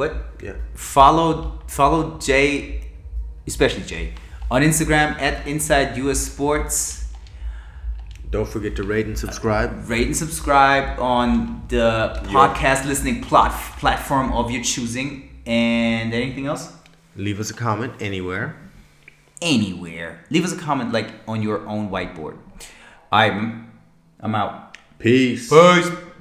Jay, especially Jay, on Instagram at InsideUSSports. Don't forget to rate and subscribe. Rate and subscribe on the podcast listening platform of your choosing. And anything else? Leave us a comment anywhere. Leave us a comment like on your own whiteboard. I'm out. Peace. Peace.